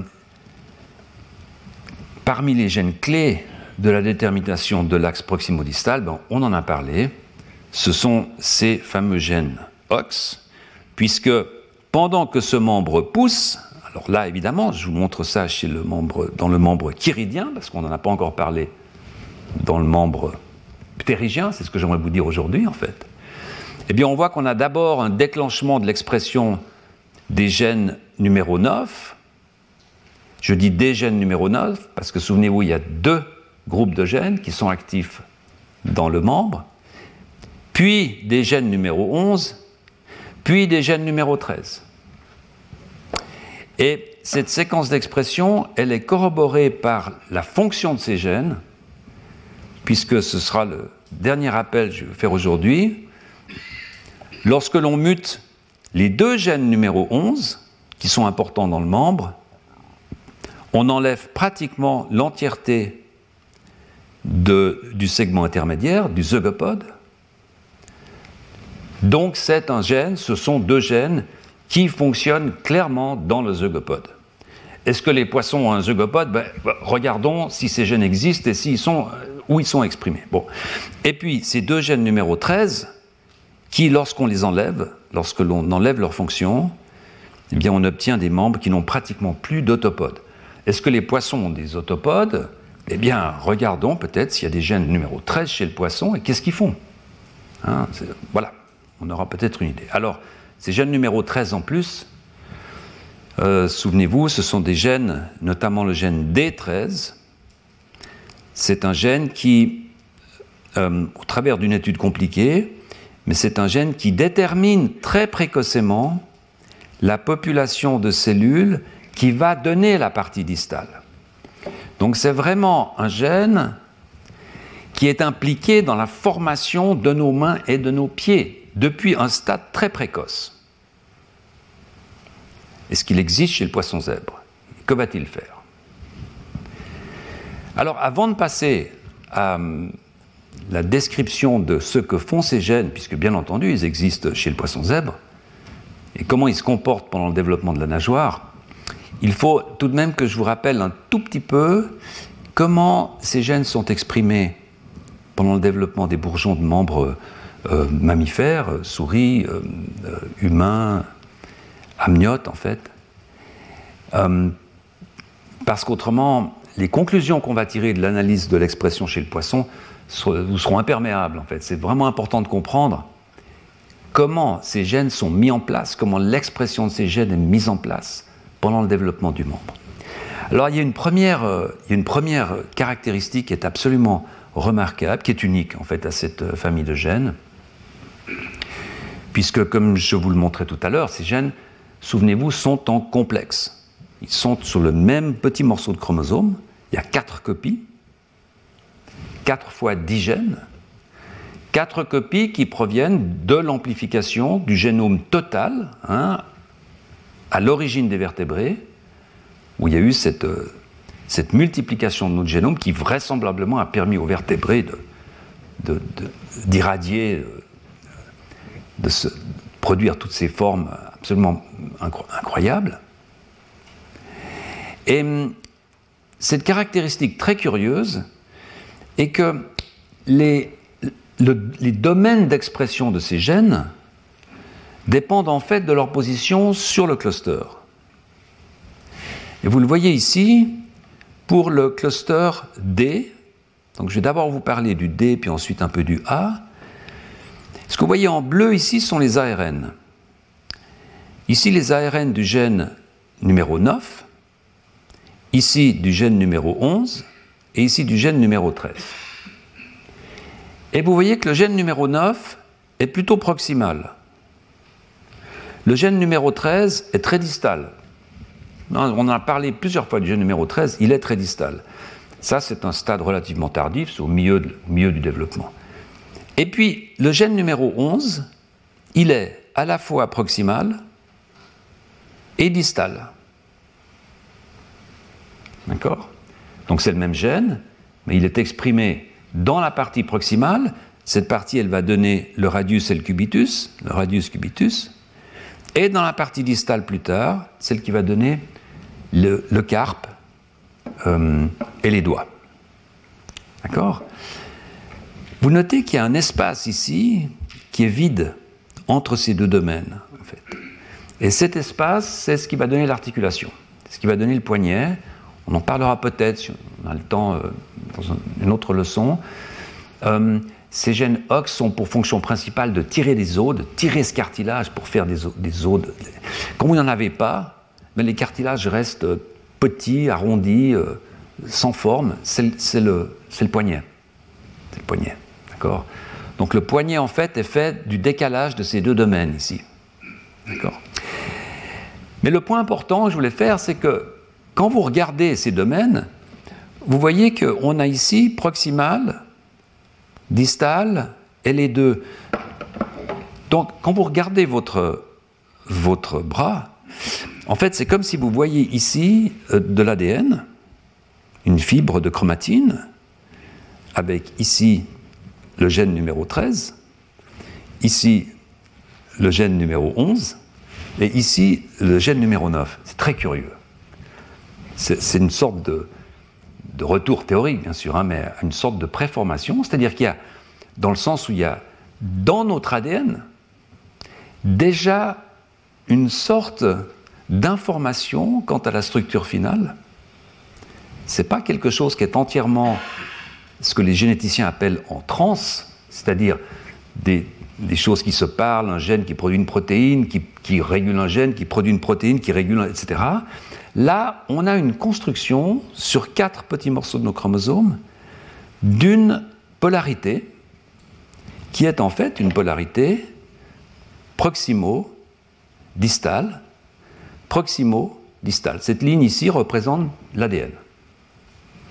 parmi les gènes clés de la détermination de l'axe proximo-distal, ben, on en a parlé, ce sont ces fameux gènes O X, puisque pendant que ce membre pousse, alors là, évidemment, je vous montre ça chez le membre, dans le membre chiridien, parce qu'on n'en a pas encore parlé dans le membre ptérygien, c'est ce que j'aimerais vous dire aujourd'hui, en fait. Eh bien, on voit qu'on a d'abord un déclenchement de l'expression des gènes numéro neuf. Je dis des gènes numéro neuf, parce que souvenez-vous, il y a deux groupes de gènes qui sont actifs dans le membre, puis des gènes numéro onze, puis des gènes numéro treize. Et cette séquence d'expression, elle est corroborée par la fonction de ces gènes, puisque ce sera le dernier rappel que je vais faire aujourd'hui. Lorsque l'on mute les deux gènes numéro onze, qui sont importants dans le membre, on enlève pratiquement l'entièreté de, du segment intermédiaire, du zygopode. Donc c'est un gène, ce sont deux gènes qui fonctionnent clairement dans le zygopode. Est-ce que les poissons ont un zygopode ? Ben, regardons si ces gènes existent et s'ils sont, où ils sont exprimés. Bon. Et puis, ces deux gènes numéro treize, qui, lorsqu'on les enlève, lorsque l'on enlève leur fonction, eh bien, on obtient des membres qui n'ont pratiquement plus d'autopodes. Est-ce que les poissons ont des autopodes ? Eh bien, regardons peut-être s'il y a des gènes numéro treize chez le poisson et qu'est-ce qu'ils font. Hein, voilà, on aura peut-être une idée. Alors, ces gènes numéro treize en plus, euh, souvenez-vous, ce sont des gènes, notamment le gène D treize, c'est un gène qui, euh, au travers d'une étude compliquée, mais c'est un gène qui détermine très précocement la population de cellules qui va donner la partie distale. Donc c'est vraiment un gène qui est impliqué dans la formation de nos mains et de nos pieds depuis un stade très précoce. Est-ce qu'il existe chez le poisson zèbre? Que va-t-il faire? Alors, avant de passer à la description de ce que font ces gènes, puisque bien entendu, ils existent chez le poisson zèbre, et comment ils se comportent pendant le développement de la nageoire, il faut tout de même que je vous rappelle un tout petit peu comment ces gènes sont exprimés pendant le développement des bourgeons de membres euh, mammifères, souris, euh, euh, humains, amniotes en fait. Euh, parce qu'autrement, les conclusions qu'on va tirer de l'analyse de l'expression chez le poisson vous seront imperméables en fait. C'est vraiment important de comprendre comment ces gènes sont mis en place, comment l'expression de ces gènes est mise en place pendant le développement du membre. Alors il y a une première, euh, il y a une première caractéristique qui est absolument remarquable, qui est unique en fait à cette famille de gènes, puisque comme je vous le montrais tout à l'heure, ces gènes, souvenez-vous, sont en complexe. Ils sont sur le même petit morceau de chromosome, il y a quatre copies, quatre fois dix gènes, quatre copies qui proviennent de l'amplification du génome total, hein, à l'origine des vertébrés, où il y a eu cette, euh, cette multiplication de notre génome qui vraisemblablement a permis aux vertébrés de, de, de, d'irradier, de, de se produire toutes ces formes absolument incro- incroyables. Et cette caractéristique très curieuse est que les, le, les domaines d'expression de ces gènes dépendent en fait de leur position sur le cluster. Et vous le voyez ici, pour le cluster D, donc je vais d'abord vous parler du D, puis ensuite un peu du A. Ce que vous voyez en bleu ici sont les A R N. Ici, les A R N du gène numéro neuf, ici du gène numéro onze, et ici du gène numéro treize. Et vous voyez que le gène numéro neuf est plutôt proximal. Le gène numéro treize est très distal. On en a parlé plusieurs fois du gène numéro treize, il est très distal. Ça, c'est un stade relativement tardif, c'est au milieu, de, au milieu du développement. Et puis, le gène numéro onze, il est à la fois proximal et distal. D'accord ? Donc c'est le même gène, mais il est exprimé dans la partie proximale. Cette partie, elle va donner le radius et le cubitus, le radius cubitus. Et dans la partie distale plus tard, celle qui va donner le, le carpe euh, et les doigts. D'accord ? Vous notez qu'il y a un espace ici qui est vide entre ces deux domaines, en fait. Et cet espace, c'est ce qui va donner l'articulation, ce qui va donner le poignet. On en parlera peut-être, si on a le temps, euh, dans une autre leçon. Euh, ces gènes O X ont pour fonction principale de tirer des os, de tirer ce cartilage pour faire des os. Des os de... Quand vous n'en avez pas, mais les cartilages restent petits, arrondis, euh, sans forme. C'est, c'est, le, c'est le poignet. C'est le poignet, d'accord ? Donc le poignet, en fait, est fait du décalage de ces deux domaines ici. D'accord ? Mais le point important que je voulais faire, c'est que quand vous regardez ces domaines, vous voyez qu'on a ici proximal, distal et les deux. Donc, quand vous regardez votre, votre bras, en fait, c'est comme si vous voyez ici euh, de l'A D N, une fibre de chromatine, avec ici le gène numéro treize, ici le gène numéro onze, et ici le gène numéro neuf. C'est très curieux. C'est, c'est une sorte de, de retour théorique, bien sûr, hein, mais une sorte de préformation, c'est-à-dire qu'il y a, dans le sens où il y a, dans notre A D N, déjà une sorte d'information quant à la structure finale. Ce n'est pas quelque chose qui est entièrement ce que les généticiens appellent en transe, c'est-à-dire des, des choses qui se parlent, un gène qui produit une protéine, qui, qui régule un gène, qui produit une protéine, qui régule, et cetera. Là, on a une construction sur quatre petits morceaux de nos chromosomes d'une polarité qui est en fait une polarité proximo-distale, proximo-distale. Cette ligne ici représente l'A D N. D'accord ?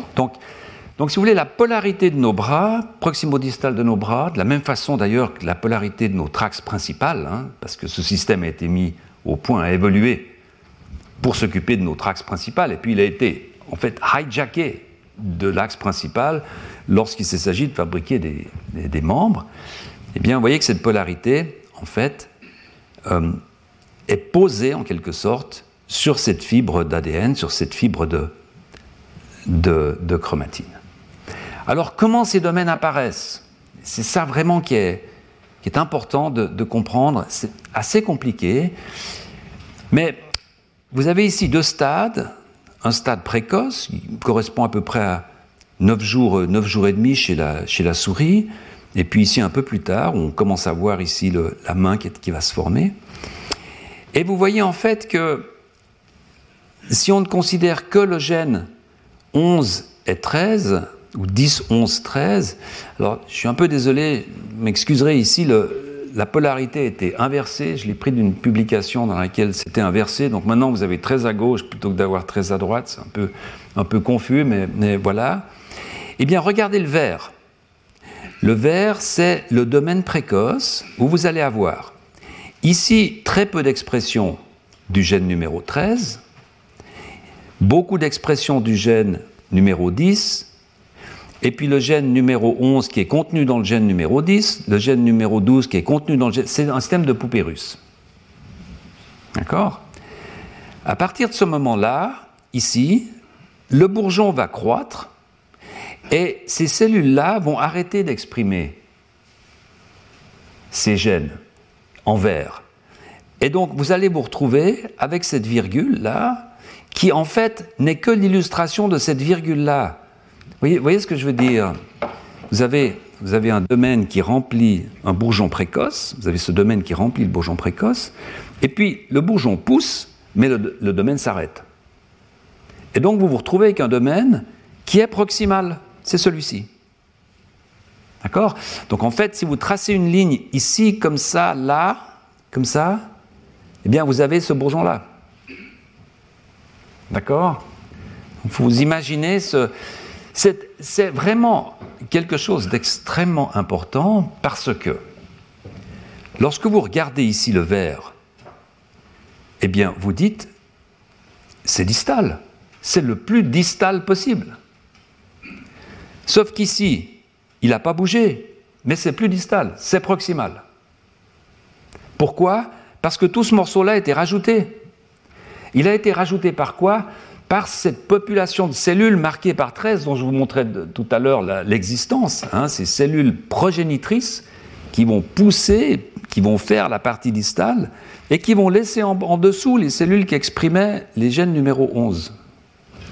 Donc, donc, si vous voulez, la polarité de nos bras, proximo-distale de nos bras, de la même façon d'ailleurs que la polarité de nos traxes principales, hein, parce que ce système a été mis au point à évoluer pour s'occuper de nos traxes principales, et puis il a été en fait hijacké de l'axe principal lorsqu'il s'agit de fabriquer des, des, des membres. Eh bien, vous voyez que cette polarité, en fait, euh, est posée en quelque sorte sur cette fibre d'A D N, sur cette fibre de, de, de chromatine. Alors, comment ces domaines apparaissent ? C'est ça vraiment qui est, qui est important de, de comprendre. C'est assez compliqué, mais vous avez ici deux stades. Un stade précoce, qui correspond à peu près à neuf jours, neuf jours et demi chez la, chez la souris, et puis ici un peu plus tard, on commence à voir ici le, la main qui, est, qui va se former. Et vous voyez en fait que si on ne considère que le gène onze et treize, ou dix, onze, treize, alors je suis un peu désolé, vous m'excuserez ici, le, la polarité était inversée, je l'ai pris d'une publication dans laquelle c'était inversé, donc maintenant vous avez treize à gauche plutôt que d'avoir treize à droite, c'est un peu, un peu confus, mais, mais voilà. Eh bien, regardez le vert. Le vert, c'est le domaine précoce où vous allez avoir ici très peu d'expression du gène numéro treize, beaucoup d'expression du gène numéro dix, et puis le gène numéro onze qui est contenu dans le gène numéro dix, le gène numéro douze qui est contenu dans le gène... C'est un système de poupée russe. D'accord ? À partir de ce moment-là, ici, le bourgeon va croître et ces cellules-là vont arrêter d'exprimer ces gènes en vert. Et donc, vous allez vous retrouver avec cette virgule-là qui, en fait, n'est que l'illustration de cette virgule-là. Vous voyez, vous voyez ce que je veux dire ? Vous avez, vous avez un domaine qui remplit un bourgeon précoce, vous avez ce domaine qui remplit le bourgeon précoce, et puis le bourgeon pousse, mais le, le domaine s'arrête. Et donc vous vous retrouvez avec un domaine qui est proximal, c'est celui-ci. D'accord ? Donc en fait, si vous tracez une ligne ici, comme ça, là, comme ça, eh bien vous avez ce bourgeon-là. D'accord ? Donc vous imaginez ce... C'est, c'est vraiment quelque chose d'extrêmement important parce que lorsque vous regardez ici le vert, eh bien vous dites c'est distal, c'est le plus distal possible. Sauf qu'ici, il n'a pas bougé, mais c'est plus distal, c'est proximal. Pourquoi ? Parce que tout ce morceau-là a été rajouté. Il a été rajouté par quoi ? Par cette population de cellules marquées par treize, dont je vous montrais de, tout à l'heure la, l'existence, hein, ces cellules progénitrices qui vont pousser, qui vont faire la partie distale, et qui vont laisser en, en dessous les cellules qui exprimaient les gènes numéro onze. D'accord ?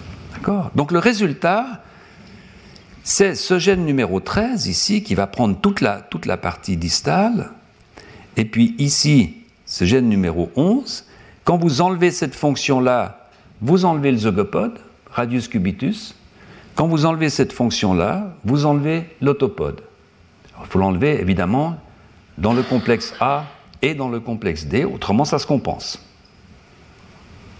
Donc le résultat, c'est ce gène numéro treize, ici, qui va prendre toute la, toute la partie distale, et puis ici, ce gène numéro onze, quand vous enlevez cette fonction-là, vous enlevez le zygopode, radius cubitus. Quand vous enlevez cette fonction-là, vous enlevez l'autopode. Alors, il faut l'enlever, évidemment, dans le complexe A et dans le complexe D, autrement ça se compense. D'accord ?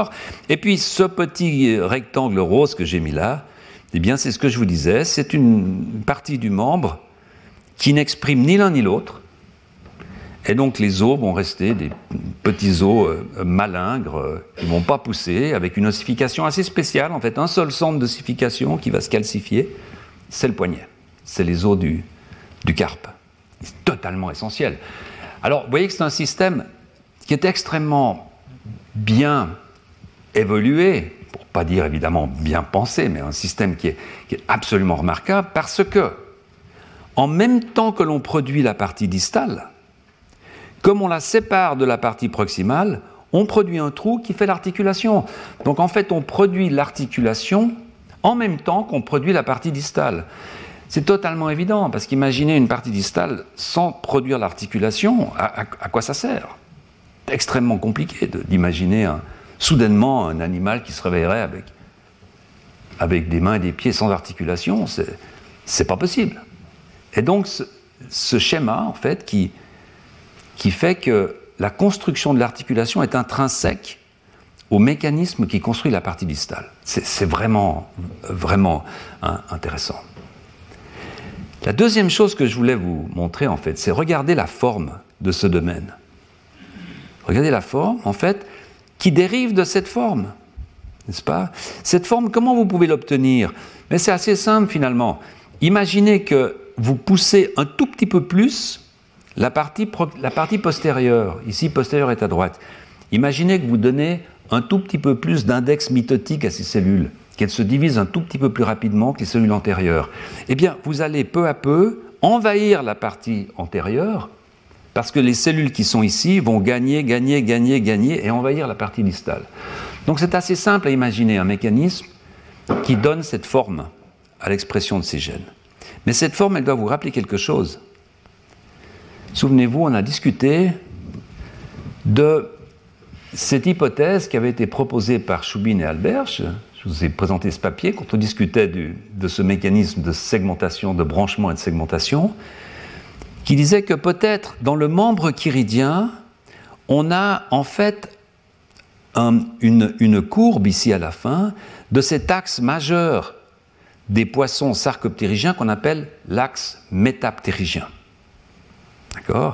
Et puis, ce petit rectangle rose que j'ai mis là, eh bien, c'est ce que je vous disais, c'est une partie du membre qui n'exprime ni l'un ni l'autre. Et donc les os vont rester des petits os euh, malingres, euh, qui ne vont pas pousser, avec une ossification assez spéciale. En fait, un seul centre d'ossification qui va se calcifier, c'est le poignet. C'est les os du, du carpe. C'est totalement essentiel. Alors, vous voyez que c'est un système qui est extrêmement bien évolué, pour ne pas dire évidemment bien pensé, mais un système qui est, qui est absolument remarquable, parce que, en même temps que l'on produit la partie distale, comme on la sépare de la partie proximale, on produit un trou qui fait l'articulation. Donc en fait, on produit l'articulation en même temps qu'on produit la partie distale. C'est totalement évident, parce qu'imaginez une partie distale sans produire l'articulation, à, à, à quoi ça sert ? C'est extrêmement compliqué de, d'imaginer un, soudainement un animal qui se réveillerait avec, avec des mains et des pieds sans articulation, c'est, c'est pas possible. Et donc, ce, ce schéma, en fait, qui, qui fait que la construction de l'articulation est intrinsèque au mécanisme qui construit la partie distale. C'est, c'est vraiment, vraiment hein, intéressant. La deuxième chose que je voulais vous montrer, en fait, c'est regarder la forme de ce domaine. Regardez la forme, en fait, qui dérive de cette forme. N'est-ce pas? Cette forme, comment vous pouvez l'obtenir? Mais c'est assez simple finalement. Imaginez que vous poussez un tout petit peu plus la partie, la partie postérieure. Ici, postérieure est à droite. Imaginez que vous donnez un tout petit peu plus d'index mitotique à ces cellules, qu'elles se divisent un tout petit peu plus rapidement que les cellules antérieures. Eh bien, vous allez peu à peu envahir la partie antérieure, parce que les cellules qui sont ici vont gagner, gagner, gagner, gagner et envahir la partie distale. Donc c'est assez simple à imaginer un mécanisme qui donne cette forme à l'expression de ces gènes. Mais cette forme, elle doit vous rappeler quelque chose. Souvenez-vous, on a discuté de cette hypothèse qui avait été proposée par Shubin et Alberch. Je vous ai présenté ce papier quand on discutait du, de ce mécanisme de segmentation, de branchement et de segmentation, qui disait que peut-être dans le membre chiridien, on a en fait un, une, une courbe ici à la fin de cet axe majeur des poissons sarcoptérygiens qu'on appelle l'axe métaptérygien. D'accord ?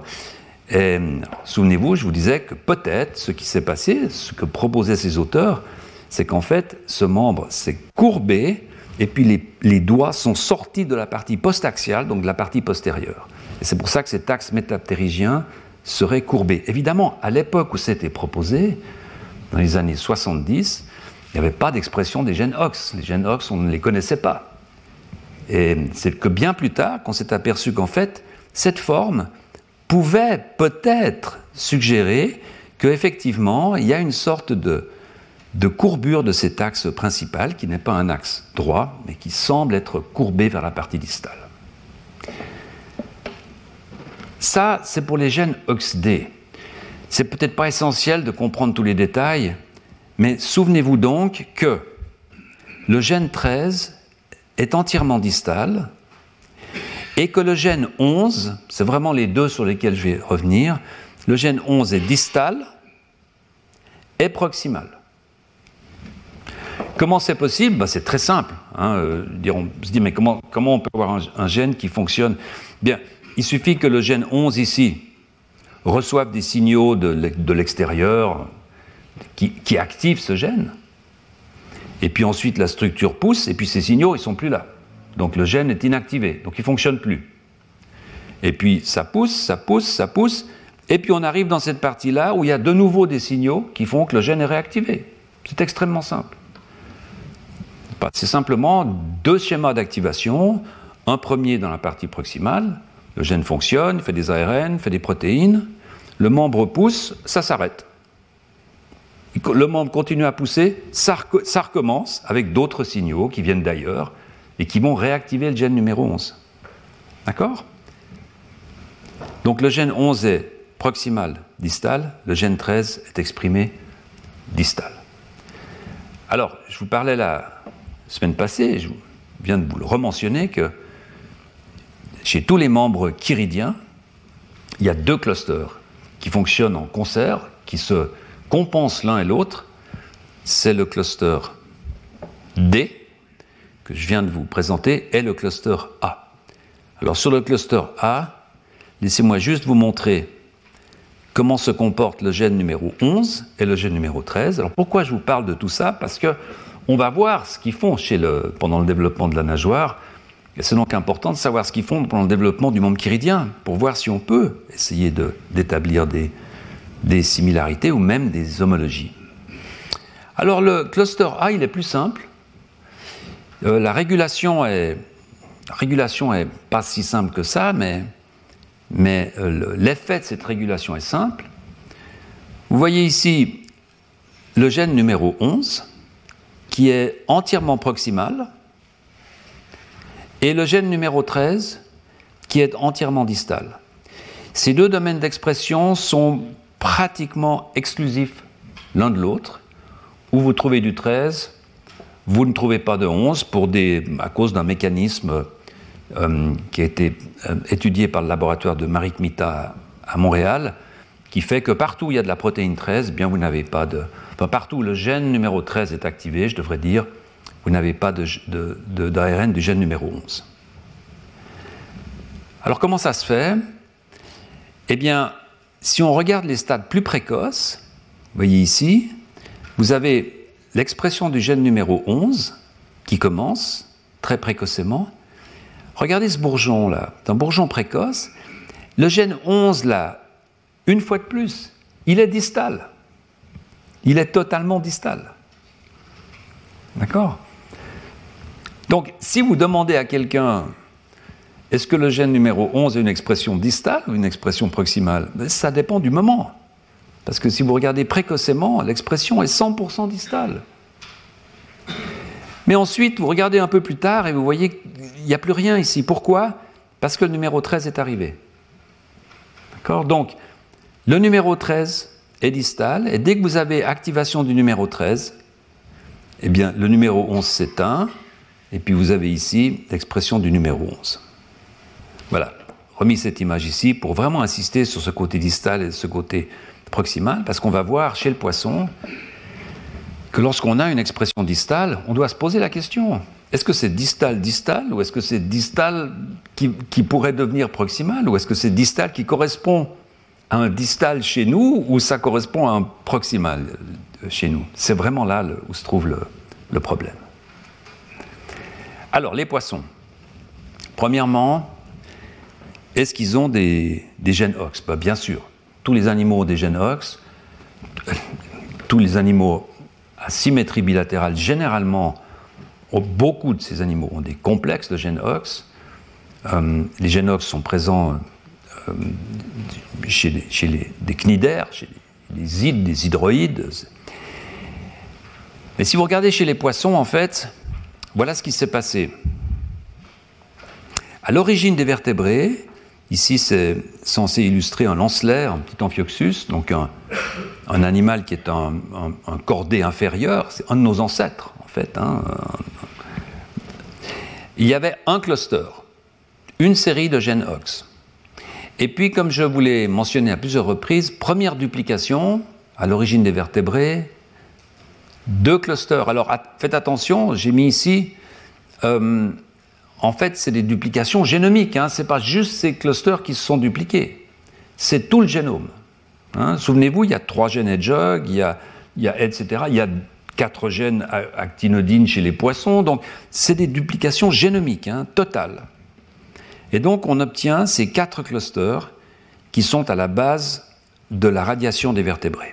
Et, alors, souvenez-vous, je vous disais que peut-être ce qui s'est passé, ce que proposaient ces auteurs, c'est qu'en fait, ce membre s'est courbé et puis les, les doigts sont sortis de la partie postaxiale, donc de la partie postérieure. Et c'est pour ça que cet axe métaptérygien serait courbé. Évidemment, à l'époque où c'était proposé, dans les années soixante-dix, il n'y avait pas d'expression des gènes OX. Les gènes OX, on ne les connaissait pas. Et c'est que bien plus tard qu'on s'est aperçu qu'en fait, cette forme pouvait peut-être suggérer qu'effectivement, il y a une sorte de, de courbure de cet axe principal, qui n'est pas un axe droit, mais qui semble être courbé vers la partie distale. Ça, c'est pour les gènes O X D. C'est peut-être pas essentiel de comprendre tous les détails, mais souvenez-vous donc que le gène treize est entièrement distal et que le gène onze, c'est vraiment les deux sur lesquels je vais revenir, le gène onze est distal et proximal. Comment c'est possible? Ben, c'est très simple. Hein. Euh, on se dit, mais comment, comment on peut avoir un, un gène qui fonctionne? Bien, il suffit que le gène onze ici reçoive des signaux de, de l'extérieur qui, qui activent ce gène. Et puis ensuite, la structure pousse, et puis ces signaux, ils ne sont plus là. Donc le gène est inactivé, donc il ne fonctionne plus. Et puis ça pousse, ça pousse, ça pousse, et puis on arrive dans cette partie-là où il y a de nouveau des signaux qui font que le gène est réactivé. C'est extrêmement simple. C'est simplement deux schémas d'activation, un premier dans la partie proximale, le gène fonctionne, fait des A R N, fait des protéines, le membre pousse, ça s'arrête. Le membre continue à pousser, ça, rec- ça recommence avec d'autres signaux qui viennent d'ailleurs et qui vont réactiver le gène numéro onze. D'accord ? Donc le gène onze est proximal, distal, le gène treize est exprimé distal. Alors, je vous parlais la semaine passée, je viens de vous le rementionner, que chez tous les membres chiridiens, il y a deux clusters qui fonctionnent en concert, qui se compensent l'un et l'autre. C'est le cluster D, que je viens de vous présenter, et le cluster A. Alors sur le cluster A, laissez-moi juste vous montrer comment se comporte le gène numéro onze et le gène numéro treize. Alors pourquoi je vous parle de tout ça? Parce qu'on va voir ce qu'ils font chez le, pendant le développement de la nageoire. Et c'est donc important de savoir ce qu'ils font pendant le développement du membre chiridien, pour voir si on peut essayer de, d'établir des, des similarités ou même des homologies. Alors le cluster A, il est plus simple. Euh, la régulation est, la régulation est pas si simple que ça, mais, mais euh, l'effet de cette régulation est simple. Vous voyez ici le gène numéro onze, qui est entièrement proximal, et le gène numéro treize, qui est entièrement distal. Ces deux domaines d'expression sont pratiquement exclusifs l'un de l'autre. Où vous trouvez du treize, vous ne trouvez pas de onze pour des, à cause d'un mécanisme euh, qui a été euh, étudié par le laboratoire de Marie Kmita à, à Montréal, qui fait que partout où il y a de la protéine treize, eh bien vous n'avez pas de... Enfin, partout où le gène numéro treize est activé, je devrais dire, vous n'avez pas de, de, de, d'A R N du gène numéro onze. Alors comment ça se fait? Eh bien, si on regarde les stades plus précoces, vous voyez ici, vous avez l'expression du gène numéro onze qui commence très précocement. Regardez ce bourgeon là, c'est un bourgeon précoce. Le gène onze là, une fois de plus, il est distal. Il est totalement distal. D'accord? Donc, si vous demandez à quelqu'un, est-ce que le gène numéro onze est une expression distale ou une expression proximale? Ça dépend du moment. Parce que si vous regardez précocement, l'expression est cent pour cent distale. Mais ensuite, vous regardez un peu plus tard et vous voyez qu'il n'y a plus rien ici. Pourquoi? Parce que le numéro treize est arrivé. D'accord? Donc, le numéro treize est distal, et dès que vous avez activation du numéro treize, eh bien, le numéro onze s'éteint, et puis vous avez ici l'expression du numéro onze. Voilà, remis cette image ici pour vraiment insister sur ce côté distal et ce côté proximal, parce qu'on va voir chez le poisson que lorsqu'on a une expression distale, on doit se poser la question, est-ce que c'est distal-distal, ou est-ce que c'est distal qui, qui pourrait devenir proximal, ou est-ce que c'est distal qui correspond à un distal chez nous, ou ça correspond à un proximal chez nous? C'est vraiment là le, où se trouve le, le problème. Alors, les poissons. Premièrement, est-ce qu'ils ont des, des gènes O X? Ben, bien sûr, tous les animaux ont des gènes O X. Tous les animaux à symétrie bilatérale, généralement, ont, beaucoup de ces animaux ont des complexes de gènes O X. Euh, les gènes O X sont présents euh, chez, les, chez les, des cnidaires, chez les, les ides, des hydroïdes. Mais si vous regardez chez les poissons, en fait, voilà ce qui s'est passé. À l'origine des vertébrés, ici c'est censé illustrer un lancelet, un petit amphioxus, donc un, un animal qui est un, un, un chordé inférieur, c'est un de nos ancêtres en fait. Hein. Il y avait un cluster, une série de gènes O X. Et puis, comme je vous l'ai mentionné à plusieurs reprises, première duplication à l'origine des vertébrés, deux clusters. Alors faites attention, j'ai mis ici, euh, en fait c'est des duplications génomiques, hein. Ce n'est pas juste ces clusters qui se sont dupliqués, c'est tout le génome. Hein. Souvenez-vous, il y a trois gènes hedgehog, il y a, il y a et cetera. Il y a quatre gènes actinodines chez les poissons, donc c'est des duplications génomiques, hein, totales. Et donc on obtient ces quatre clusters qui sont à la base de la radiation des vertébrés.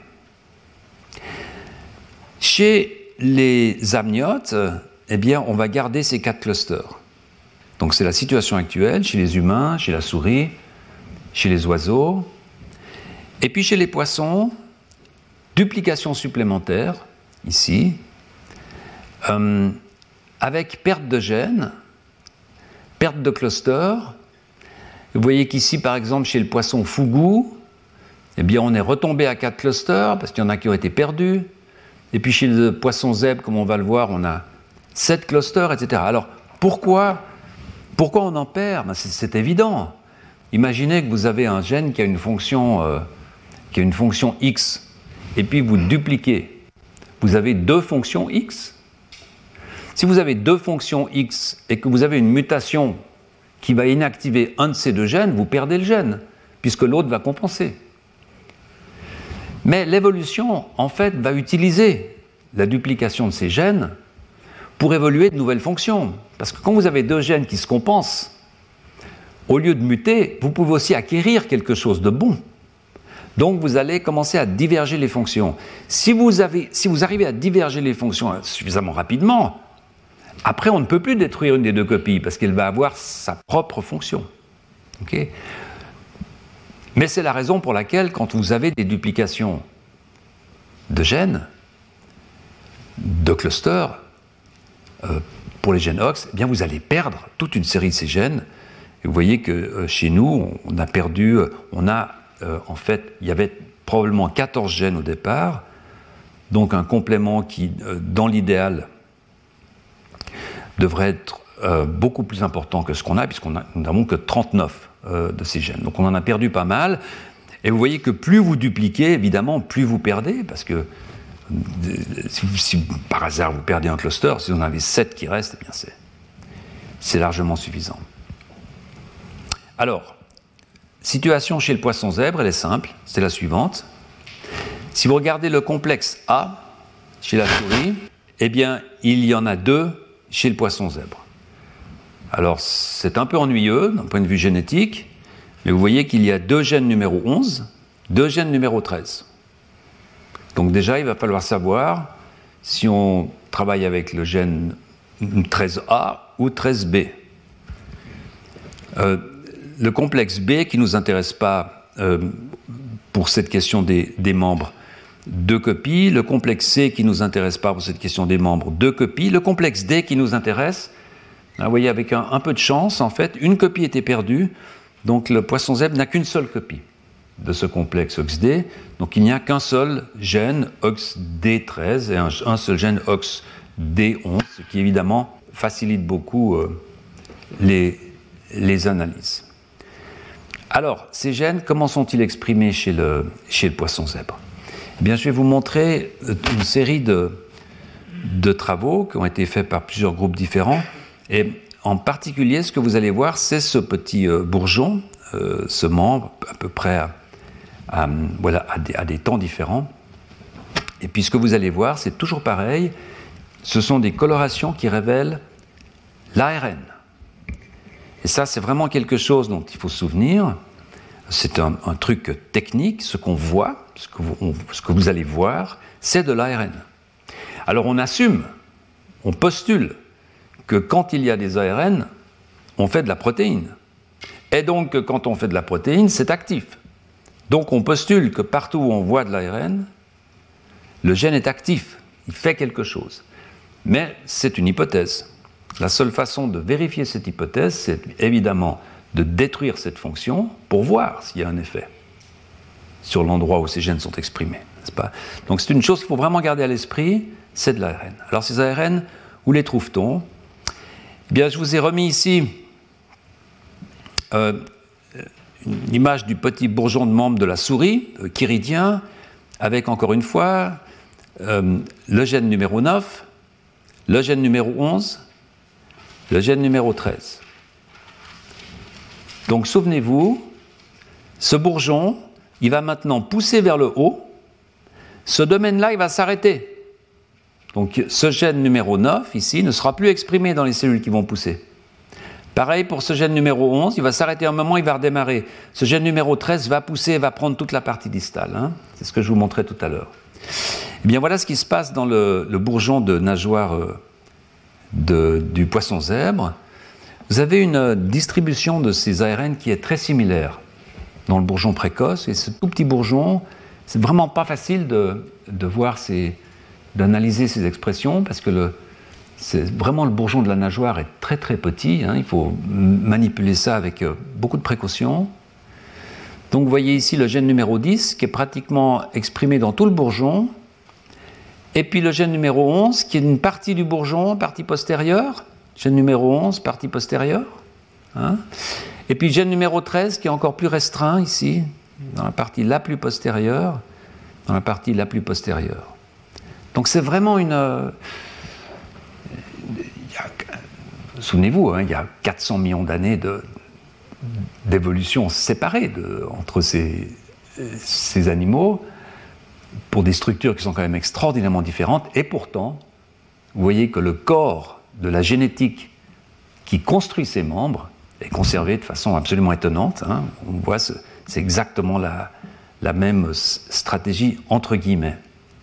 Chez les amniotes, eh bien, on va garder ces quatre clusters. Donc c'est la situation actuelle chez les humains, chez la souris, chez les oiseaux. Et puis chez les poissons, duplication supplémentaire, ici, euh, avec perte de gènes, perte de clusters. Vous voyez qu'ici, par exemple, chez le poisson fougou, eh bien, on est retombé à quatre clusters, parce qu'il y en a qui ont été perdus. Et puis chez le poisson zèbre, comme on va le voir, on a sept clusters, et cetera. Alors, pourquoi, pourquoi on en perd? Ben, c'est, c'est évident. Imaginez que vous avez un gène qui a une fonction, euh, qui a une fonction X, et puis vous dupliquez. Vous avez deux fonctions X. Si vous avez deux fonctions X et que vous avez une mutation qui va inactiver un de ces deux gènes, vous perdez le gène, puisque l'autre va compenser. Mais l'évolution, en fait, va utiliser la duplication de ces gènes pour évoluer de nouvelles fonctions. Parce que quand vous avez deux gènes qui se compensent, au lieu de muter, vous pouvez aussi acquérir quelque chose de bon. Donc vous allez commencer à diverger les fonctions. Si vous, avez, si vous arrivez à diverger les fonctions suffisamment rapidement, après on ne peut plus détruire une des deux copies parce qu'elle va avoir sa propre fonction. Okay ? Mais c'est la raison pour laquelle, quand vous avez des duplications de gènes, de clusters, euh, pour les gènes O X, eh bien vous allez perdre toute une série de ces gènes. Et vous voyez que euh, chez nous, on a perdu, on a, euh, en fait, il y avait probablement quatorze gènes au départ, donc un complément qui, euh, dans l'idéal, devrait être euh, beaucoup plus important que ce qu'on a, puisqu'on a, nous n'avons que trente-neuf euh, de ces gènes. Donc on en a perdu pas mal. Et vous voyez que plus vous dupliquez, évidemment, plus vous perdez, parce que si, si par hasard vous perdez un cluster, si vous en avez sept qui restent, eh bien c'est, c'est largement suffisant. Alors, situation chez le poisson zèbre, elle est simple, c'est la suivante. Si vous regardez le complexe A chez la souris, eh bien, il y en a deux chez le poisson zèbre. Alors, c'est un peu ennuyeux d'un point de vue génétique, mais vous voyez qu'il y a deux gènes numéro onze, deux gènes numéro treize. Donc déjà, il va falloir savoir si on travaille avec le gène treize A ou treize B. Euh, le complexe B, qui ne nous intéresse pas euh, pour cette question des, des membres, deux copies. Le complexe C, qui ne nous intéresse pas pour cette question des membres, deux copies. Le complexe D, qui nous intéresse, là, vous voyez, avec un, un peu de chance, en fait, une copie était perdue. Donc le poisson zèbre n'a qu'une seule copie de ce complexe O X D. Donc il n'y a qu'un seul gène O X D treize et un, un seul gène O X D onze, ce qui évidemment facilite beaucoup euh, les, les analyses. Alors, ces gènes, comment sont-ils exprimés chez le, chez le poisson zèbre ? Eh bien, je vais vous montrer une série de, de travaux qui ont été faits par plusieurs groupes différents. Et en particulier, ce que vous allez voir, c'est ce petit euh, bourgeon, euh, ce membre, à peu près à, à, voilà, à, des, à des temps différents. Et puis, ce que vous allez voir, c'est toujours pareil. Ce sont des colorations qui révèlent l'A R N. Et ça, c'est vraiment quelque chose dont il faut se souvenir. C'est un, un truc technique. Ce qu'on voit, ce que vous, on, ce que vous allez voir, c'est de l'A R N. Alors, on assume, on postule que quand il y a des A R N, on fait de la protéine. Et donc, que quand on fait de la protéine, c'est actif. Donc, on postule que partout où on voit de l'A R N, le gène est actif, il fait quelque chose. Mais c'est une hypothèse. La seule façon de vérifier cette hypothèse, c'est évidemment de détruire cette fonction pour voir s'il y a un effet sur l'endroit où ces gènes sont exprimés, n'est-ce pas ? Donc c'est une chose qu'il faut vraiment garder à l'esprit, c'est de l'A R N. Alors ces A R N, où les trouve-t-on ? Eh bien, je vous ai remis ici euh, une image du petit bourgeon de membre de la souris, euh, chiridien, avec encore une fois euh, le gène numéro neuf, le gène numéro onze, le gène numéro treize. Donc souvenez-vous, ce bourgeon, il va maintenant pousser vers le haut. Ce domaine-là, il va s'arrêter. Donc ce gène numéro neuf, ici, ne sera plus exprimé dans les cellules qui vont pousser. Pareil pour ce gène numéro onze, il va s'arrêter un moment, il va redémarrer. Ce gène numéro treize va pousser et va prendre toute la partie distale. Hein. C'est ce que je vous montrais tout à l'heure. Eh bien voilà ce qui se passe dans le, le bourgeon de nageoire euh, de, du poisson zèbre. Vous avez une distribution de ces A R N qui est très similaire dans le bourgeon précoce. Et ce tout petit bourgeon, c'est vraiment pas facile de, de voir ces, d'analyser ces expressions parce que le, c'est vraiment le bourgeon de la nageoire est très très petit. Hein, il faut manipuler ça avec beaucoup de précaution. Donc vous voyez ici le gène numéro dix qui est pratiquement exprimé dans tout le bourgeon. Et puis le gène numéro onze qui est une partie du bourgeon, partie postérieure. Gène numéro onze, partie postérieure. Hein. Et puis gène numéro treize qui est encore plus restreint ici, dans la partie la plus postérieure, dans la partie la plus postérieure. Donc c'est vraiment une... Euh, il y a, souvenez-vous, hein, il y a quatre cents millions d'années de, d'évolution séparée de, entre ces, ces animaux, pour des structures qui sont quand même extraordinairement différentes, et pourtant, vous voyez que le corps de la génétique qui construit ces membres est conservé de façon absolument étonnante. Hein. On voit, ce, c'est exactement la, la même stratégie entre guillemets.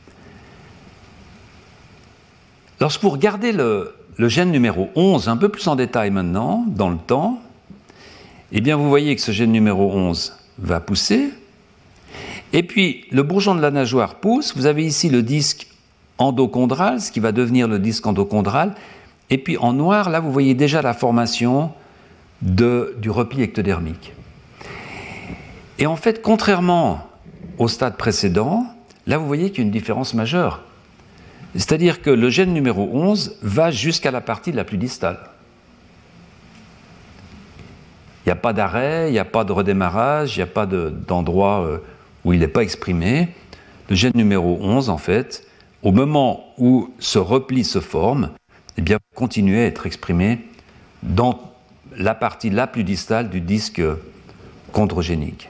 Lorsque vous regardez le, le gène numéro onze un peu plus en détail maintenant, dans le temps, eh bien vous voyez que ce gène numéro onze va pousser, et puis le bourgeon de la nageoire pousse, vous avez ici le disque endochondral, ce qui va devenir le disque endochondral, et puis en noir, là vous voyez déjà la formation de, du repli ectodermique. Et en fait, contrairement au stade précédent, là vous voyez qu'il y a une différence majeure. C'est-à-dire que le gène numéro onze va jusqu'à la partie la plus distale. Il n'y a pas d'arrêt, il n'y a pas de redémarrage, il n'y a pas de, d'endroit euh, où il n'est pas exprimé. Le gène numéro onze, en fait, au moment où ce repli se forme, eh bien, va continuer à être exprimé dans la partie la plus distale du disque chondrogénique.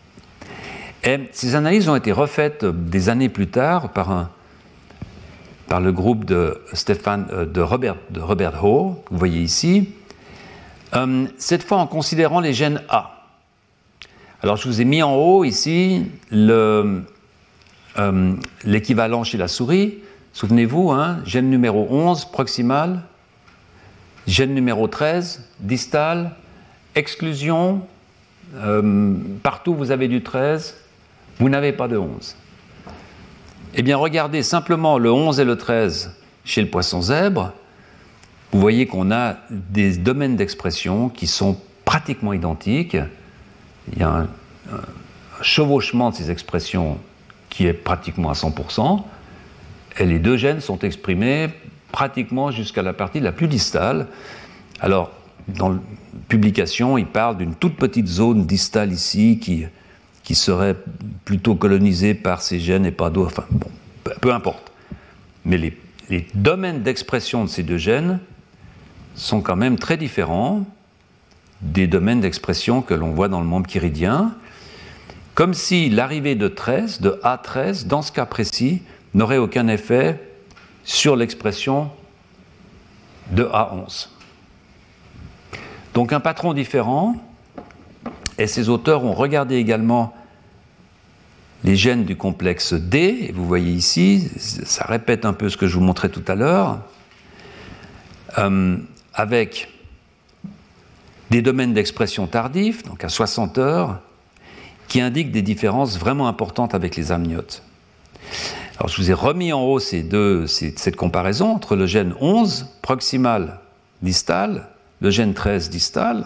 Et ces analyses ont été refaites des années plus tard par, un, par le groupe de, Stéphane, de, Robert, de Robert Ho, que vous voyez ici, euh, cette fois en considérant les gènes A. Alors je vous ai mis en haut ici le, euh, l'équivalent chez la souris. Souvenez-vous, hein, gène numéro onze, proximal, gène numéro treize, distal, exclusion, euh, partout vous avez du treize, vous n'avez pas de onze. Eh bien, regardez simplement le onze et le treize chez le poisson zèbre, vous voyez qu'on a des domaines d'expression qui sont pratiquement identiques. Il y a un, un chevauchement de ces expressions qui est pratiquement à cent pour cent, et les deux gènes sont exprimés pratiquement jusqu'à la partie la plus distale. Alors, dans la publication, il parle d'une toute petite zone distale ici qui, qui serait plutôt colonisée par ces gènes et pas d'autres. Enfin, bon, peu, peu importe. Mais les, les domaines d'expression de ces deux gènes sont quand même très différents des domaines d'expression que l'on voit dans le monde chiridien, comme si l'arrivée de treize, de A treize, dans ce cas précis, n'aurait aucun effet sur l'expression de A onze. Donc un patron différent, et ces auteurs ont regardé également les gènes du complexe D, et vous voyez ici, ça répète un peu ce que je vous montrais tout à l'heure, euh, avec des domaines d'expression tardifs, donc à soixante heures, qui indiquent des différences vraiment importantes avec les amniotes. Alors je vous ai remis en haut ces deux, ces, cette comparaison entre le gène onze, proximal, distal, le gène treize, distal,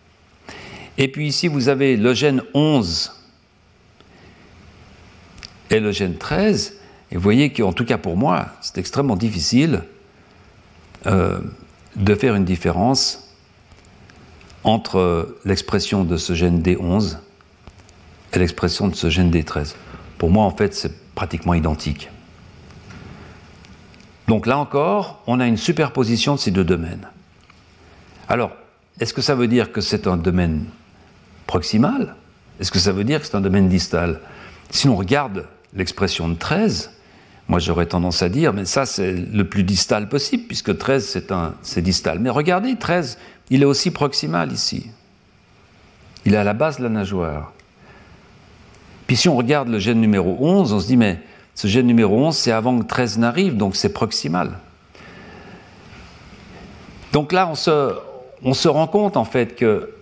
et puis ici vous avez le gène onze et le gène treize, et vous voyez qu'en tout cas pour moi, c'est extrêmement difficile euh, de faire une différence entre l'expression de ce gène D onze et l'expression de ce gène D treize. Pour moi, en fait, c'est pratiquement identique. Donc là encore, on a une superposition de ces deux domaines. Alors, est-ce que ça veut dire que c'est un domaine proximal? Est-ce que ça veut dire que c'est un domaine distal? Si on regarde l'expression de treize, moi j'aurais tendance à dire, mais ça c'est le plus distal possible, puisque treize c'est, un, c'est distal. Mais regardez, treize, il est aussi proximal ici. Il est à la base de la nageoire. Puis si on regarde le gène numéro onze, on se dit, mais ce gène numéro onze, c'est avant que treize n'arrive, donc c'est proximal. Donc là, on se, on se rend compte en fait que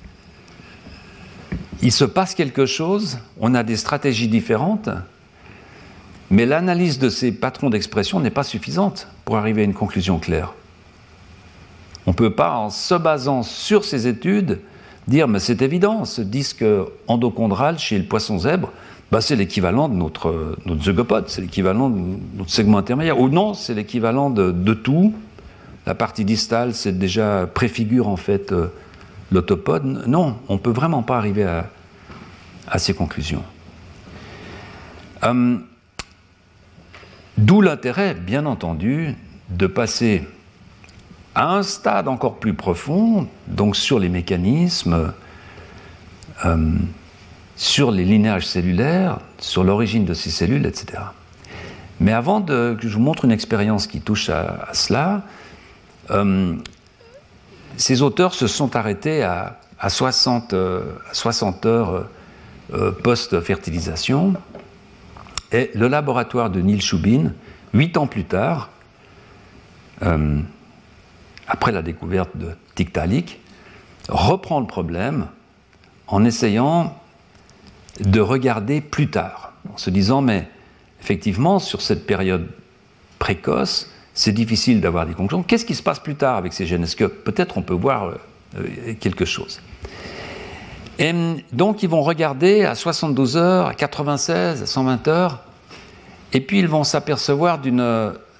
il se passe quelque chose, on a des stratégies différentes, mais l'analyse de ces patrons d'expression n'est pas suffisante pour arriver à une conclusion claire. On ne peut pas, en se basant sur ces études, dire, mais c'est évident, ce disque endochondral chez le poisson zèbre, bah, c'est l'équivalent de notre, notre zygopode, c'est l'équivalent de notre segment intermédiaire. Ou non, c'est l'équivalent de, de tout. La partie distale, c'est déjà préfigure en fait euh, l'autopode. Non, on ne peut vraiment pas arriver à, à ces conclusions. Hum, d'où l'intérêt, bien entendu, de passer à un stade encore plus profond, donc sur les mécanismes, euh, sur les linéages cellulaires, sur l'origine de ces cellules, et cetera. Mais avant de, que je vous montre une expérience qui touche à, à cela, euh, ces auteurs se sont arrêtés à, à, soixante, euh, à soixante heures euh, post-fertilisation, et le laboratoire de Neil Shubin, huit ans plus tard, euh, après la découverte de Tiktaalik, reprend le problème en essayant de regarder plus tard, en se disant, mais effectivement, sur cette période précoce, c'est difficile d'avoir des conclusions. Qu'est-ce qui se passe plus tard avec ces gènes? Est-ce que peut-être on peut voir euh, quelque chose? Et donc, ils vont regarder à soixante-douze heures, à quatre-vingt-seize, à cent vingt heures, et puis ils vont s'apercevoir d'une,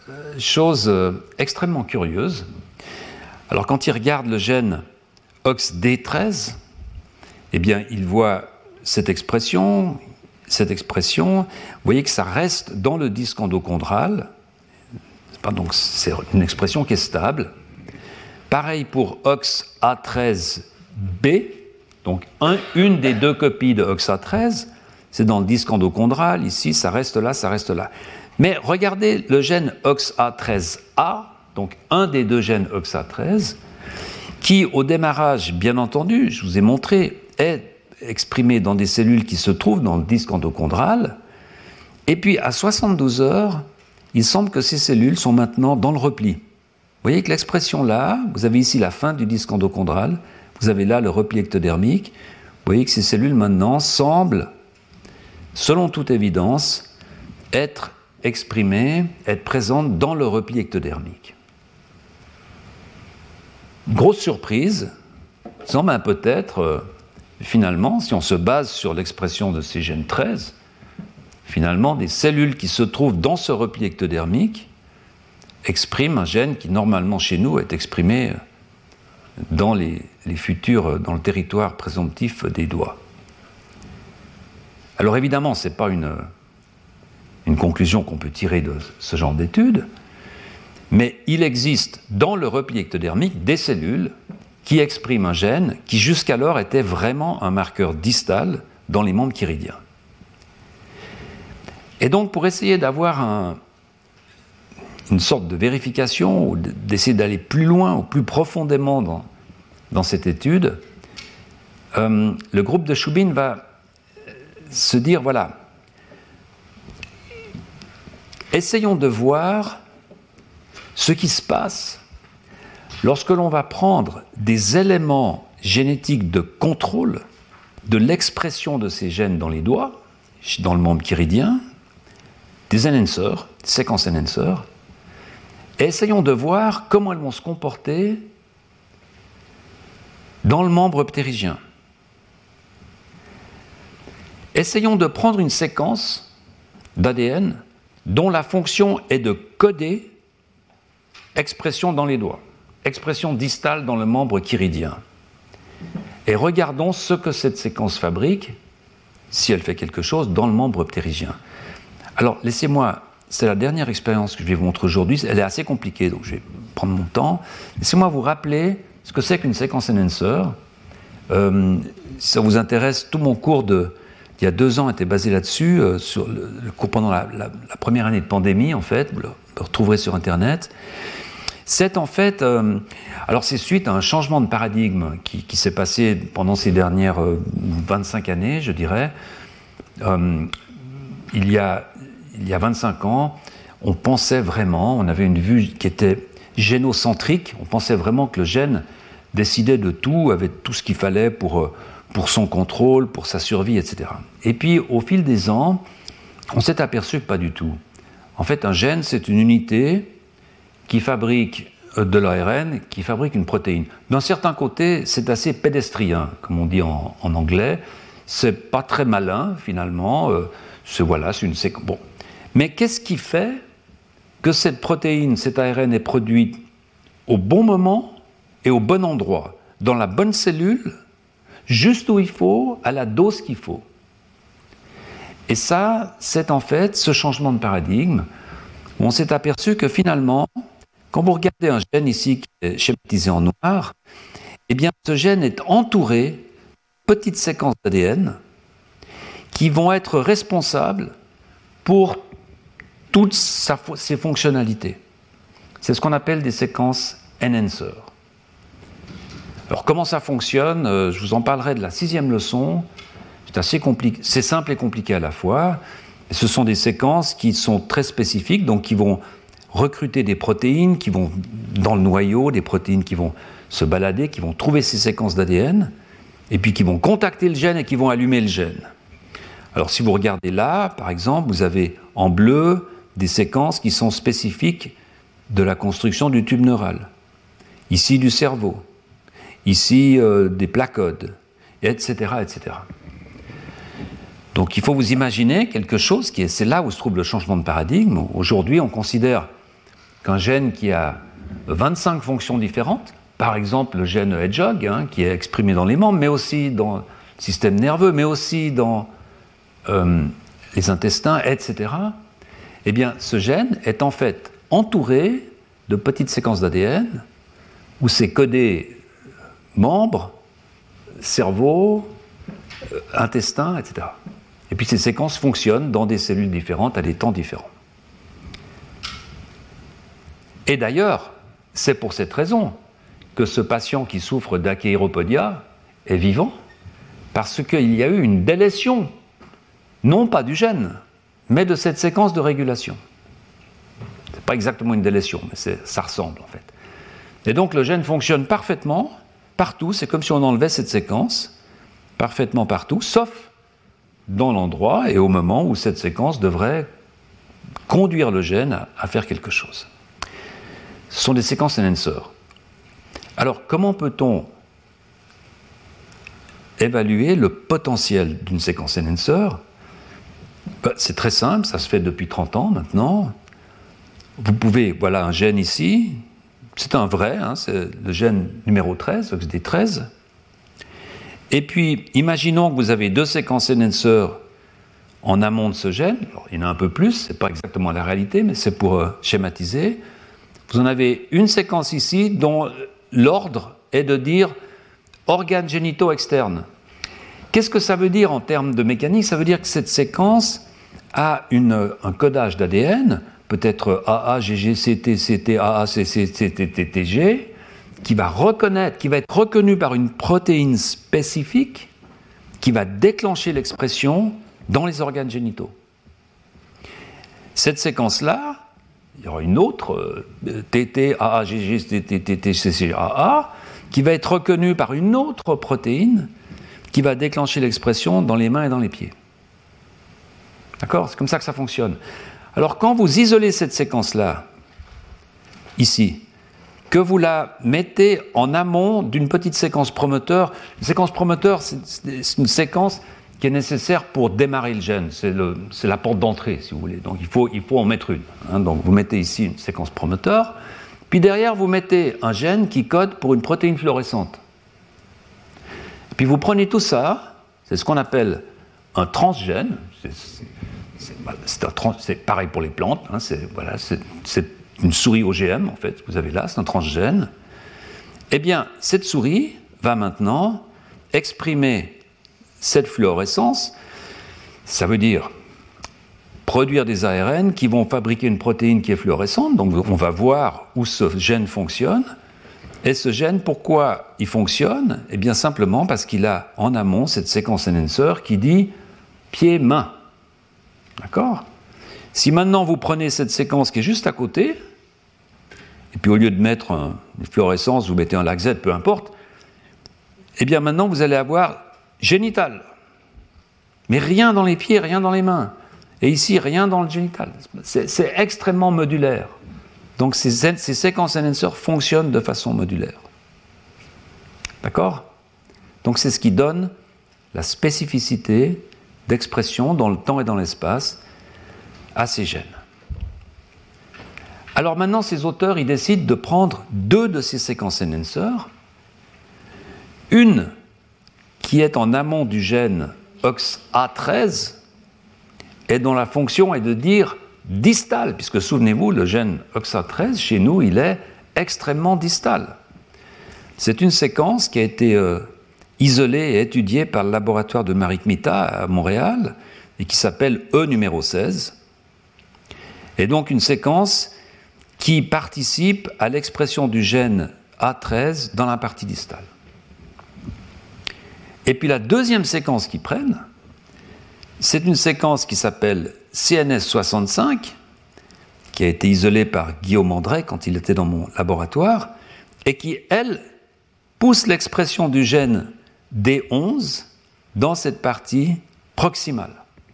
chose extrêmement curieuse. Alors quand il regarde le gène O X D treize, eh bien il voit cette expression, cette expression, vous voyez que ça reste dans le disque endochondral, donc c'est une expression qui est stable. Pareil pour O X A treize B, donc un, une des deux copies de O X A treize, c'est dans le disque endochondral, ici ça reste là, ça reste là. Mais regardez le gène O X A treize A, donc un des deux gènes O X A treize, qui au démarrage, bien entendu, je vous ai montré, est exprimé dans des cellules qui se trouvent dans le disque endochondral, et puis à soixante-douze heures, il semble que ces cellules sont maintenant dans le repli. Vous voyez que l'expression là, vous avez ici la fin du disque endochondral, vous avez là le repli ectodermique, vous voyez que ces cellules maintenant semblent, selon toute évidence, être exprimées, être présentes dans le repli ectodermique. Grosse surprise, sans ben peut-être, euh, finalement, si on se base sur l'expression de ces gènes treize, finalement, des cellules qui se trouvent dans ce repli ectodermique expriment un gène qui, normalement, chez nous, est exprimé dans les, les futurs, dans le territoire présomptif des doigts. Alors, évidemment, ce n'est pas une, une conclusion qu'on peut tirer de ce genre d'études, mais il existe dans le repli ectodermique des cellules qui expriment un gène qui, jusqu'alors, était vraiment un marqueur distal dans les membres chiridiens. Et donc, pour essayer d'avoir un, une sorte de vérification, ou d'essayer d'aller plus loin ou plus profondément dans, dans cette étude, euh, le groupe de Shubin va se dire, voilà, essayons de voir ce qui se passe lorsque l'on va prendre des éléments génétiques de contrôle de l'expression de ces gènes dans les doigts, dans le membre chiridien, des enhancers, des séquences enhancers, et essayons de voir comment elles vont se comporter dans le membre ptérygien. Essayons de prendre une séquence d'A D N dont la fonction est de coder expression dans les doigts, expression distale dans le membre chiridien. Et regardons ce que cette séquence fabrique, si elle fait quelque chose, dans le membre ptérygien. Alors, laissez-moi, c'est la dernière expérience que je vais vous montrer aujourd'hui, elle est assez compliquée, donc je vais prendre mon temps. Laissez-moi vous rappeler ce que c'est qu'une séquence enhancer. Euh, si ça vous intéresse, tout mon cours de, il y a deux ans était basé là-dessus, euh, sur le, le cours pendant la, la, la première année de pandémie, en fait, vous le, le retrouverez sur Internet. C'est en fait, euh, alors c'est suite à un changement de paradigme qui, qui s'est passé pendant ces dernières euh, vingt-cinq années, je dirais. Euh, il y a, il y a vingt-cinq ans, on pensait vraiment, on avait une vue qui était génocentrique, on pensait vraiment que le gène décidait de tout, avait tout ce qu'il fallait pour, pour son contrôle, pour sa survie, et cetera. Et puis, au fil des ans, on s'est aperçu que pas du tout. En fait, un gène, c'est une unité qui fabrique de l'A R N, qui fabrique une protéine. D'un certain côté, c'est assez pédestrien, comme on dit en, en anglais. C'est pas très malin, finalement. Euh, c'est, voilà, c'est une séquence. Bon. Mais qu'est-ce qui fait que cette protéine, cet A R N, est produite au bon moment et au bon endroit, dans la bonne cellule, juste où il faut, à la dose qu'il faut? Et ça, c'est en fait ce changement de paradigme où on s'est aperçu que finalement, quand vous regardez un gène ici qui est schématisé en noir, eh bien ce gène est entouré de petites séquences d'A D N qui vont être responsables pour toutes sa, ses fonctionnalités. C'est ce qu'on appelle des séquences enhancers. Alors comment ça fonctionne? euh, Je vous en parlerai de la sixième leçon. C'est assez compliqué, c'est simple et compliqué à la fois. Ce sont des séquences qui sont très spécifiques, donc qui vont recruter des protéines qui vont dans le noyau, des protéines qui vont se balader, qui vont trouver ces séquences d'A D N, et puis qui vont contacter le gène et qui vont allumer le gène. Alors si vous regardez là, par exemple, vous avez en bleu des séquences qui sont spécifiques de la construction du tube neural. Ici du cerveau, ici euh, des placodes, et cetera, et cetera. Donc il faut vous imaginer quelque chose qui est, c'est là où se trouve le changement de paradigme. Aujourd'hui, on considère qu'un gène qui a vingt-cinq fonctions différentes, par exemple le gène Hedgehog, hein, qui est exprimé dans les membres, mais aussi dans le système nerveux, mais aussi dans euh, les intestins, et cetera, eh bien, ce gène est en fait entouré de petites séquences d'A D N où c'est codé membres, cerveau, euh, intestin, et cetera. Et puis ces séquences fonctionnent dans des cellules différentes à des temps différents. Et d'ailleurs, c'est pour cette raison que ce patient qui souffre d'achéropodia est vivant, parce qu'il y a eu une délétion, non pas du gène, mais de cette séquence de régulation. Ce n'est pas exactement une délétion, mais c'est, ça ressemble en fait. Et donc le gène fonctionne parfaitement, partout, c'est comme si on enlevait cette séquence, parfaitement partout, sauf dans l'endroit et au moment où cette séquence devrait conduire le gène à, à faire quelque chose. Ce sont des séquences enhancers. Alors, comment peut-on évaluer le potentiel d'une séquence enhancer ? Ben, c'est très simple, ça se fait depuis trente ans maintenant. Vous pouvez, voilà un gène ici, c'est un vrai, hein, c'est le gène numéro treize, O X D treize. Et puis, imaginons que vous avez deux séquences enhancers en amont de ce gène. Alors, il y en a un peu plus, ce n'est pas exactement la réalité, mais c'est pour euh, schématiser. Vous en avez une séquence ici dont l'ordre est de dire organes génitaux externes. Qu'est-ce que ça veut dire en termes de mécanique ? Ça veut dire que cette séquence a une, un codage d'A D N, peut-être A A, G G, C T, C T, A A, C C, C T, T T G, qui va reconnaître, qui va être reconnu par une protéine spécifique qui va déclencher l'expression dans les organes génitaux. Cette séquence-là, il y aura une autre, euh, T T, A A, G G, T T, T T, C C, A A, qui va être reconnue par une autre protéine qui va déclencher l'expression dans les mains et dans les pieds. D'accord ? C'est comme ça que ça fonctionne. Alors, quand vous isolez cette séquence-là, ici, que vous la mettez en amont d'une petite séquence promoteur, une séquence promoteur, c'est, c'est une séquence qui est nécessaire pour démarrer le gène. C'est, le, c'est la porte d'entrée, si vous voulez. Donc, il faut, il faut en mettre une. Hein. Donc, vous mettez ici une séquence promoteur. Puis derrière, vous mettez un gène qui code pour une protéine fluorescente. Puis vous prenez tout ça, c'est ce qu'on appelle un transgène. C'est, c'est, c'est, c'est, un trans, c'est pareil pour les plantes. Hein. C'est, voilà, c'est, c'est une souris O G M, en fait, que vous avez là. C'est un transgène. Eh bien, cette souris va maintenant exprimer cette fluorescence, ça veut dire produire des A R N qui vont fabriquer une protéine qui est fluorescente, donc on va voir où ce gène fonctionne. Et ce gène, pourquoi il fonctionne ? Eh bien simplement parce qu'il a en amont cette séquence enhancer qui dit pied-main. D'accord ? Si maintenant vous prenez cette séquence qui est juste à côté, et puis au lieu de mettre un, une fluorescence, vous mettez un lac Z, peu importe, eh bien maintenant vous allez avoir génital. Mais rien dans les pieds, rien dans les mains. Et ici, rien dans le génital. C'est, c'est extrêmement modulaire. Donc ces, ces séquences enhancers fonctionnent de façon modulaire. D'accord ? Donc c'est ce qui donne la spécificité d'expression dans le temps et dans l'espace à ces gènes. Alors maintenant, ces auteurs, ils décident de prendre deux de ces séquences enhancers, une qui est en amont du gène O X A treize et dont la fonction est de dire distal, puisque souvenez-vous, le gène O X A treize, chez nous, il est extrêmement distal. C'est une séquence qui a été euh, isolée et étudiée par le laboratoire de Marie Kmita à Montréal et qui s'appelle E numéro seize. Et donc une séquence qui participe à l'expression du gène A treize dans la partie distale. Et puis la deuxième séquence qu'ils prennent, c'est une séquence qui s'appelle C N S soixante-cinq, qui a été isolée par Guillaume André quand il était dans mon laboratoire, et qui, elle, pousse l'expression du gène D onze dans cette partie proximale.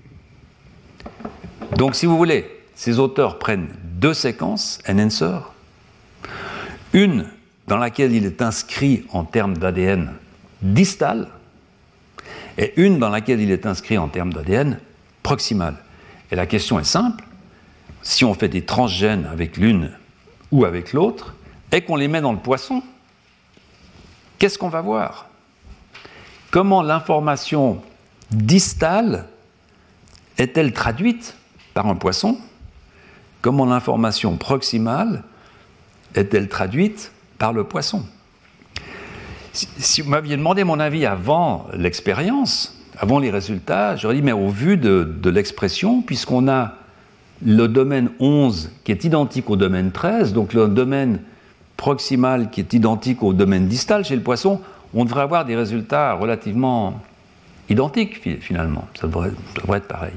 Donc, si vous voulez, ces auteurs prennent deux séquences enhancer, une dans laquelle il est inscrit en termes d'A D N distal, et une dans laquelle il est inscrit en termes d'A D N proximal. Et la question est simple, si on fait des transgènes avec l'une ou avec l'autre, et qu'on les met dans le poisson, qu'est-ce qu'on va voir? Comment l'information distale est-elle traduite par un poisson? Comment l'information proximale est-elle traduite par le poisson? Si, si vous m'aviez demandé mon avis avant l'expérience, avant les résultats, j'aurais dit, mais au vu de, de l'expression, puisqu'on a le domaine onze qui est identique au domaine treize, donc le domaine proximal qui est identique au domaine distal chez le poisson, on devrait avoir des résultats relativement identiques finalement. Ça devrait, ça devrait être pareil.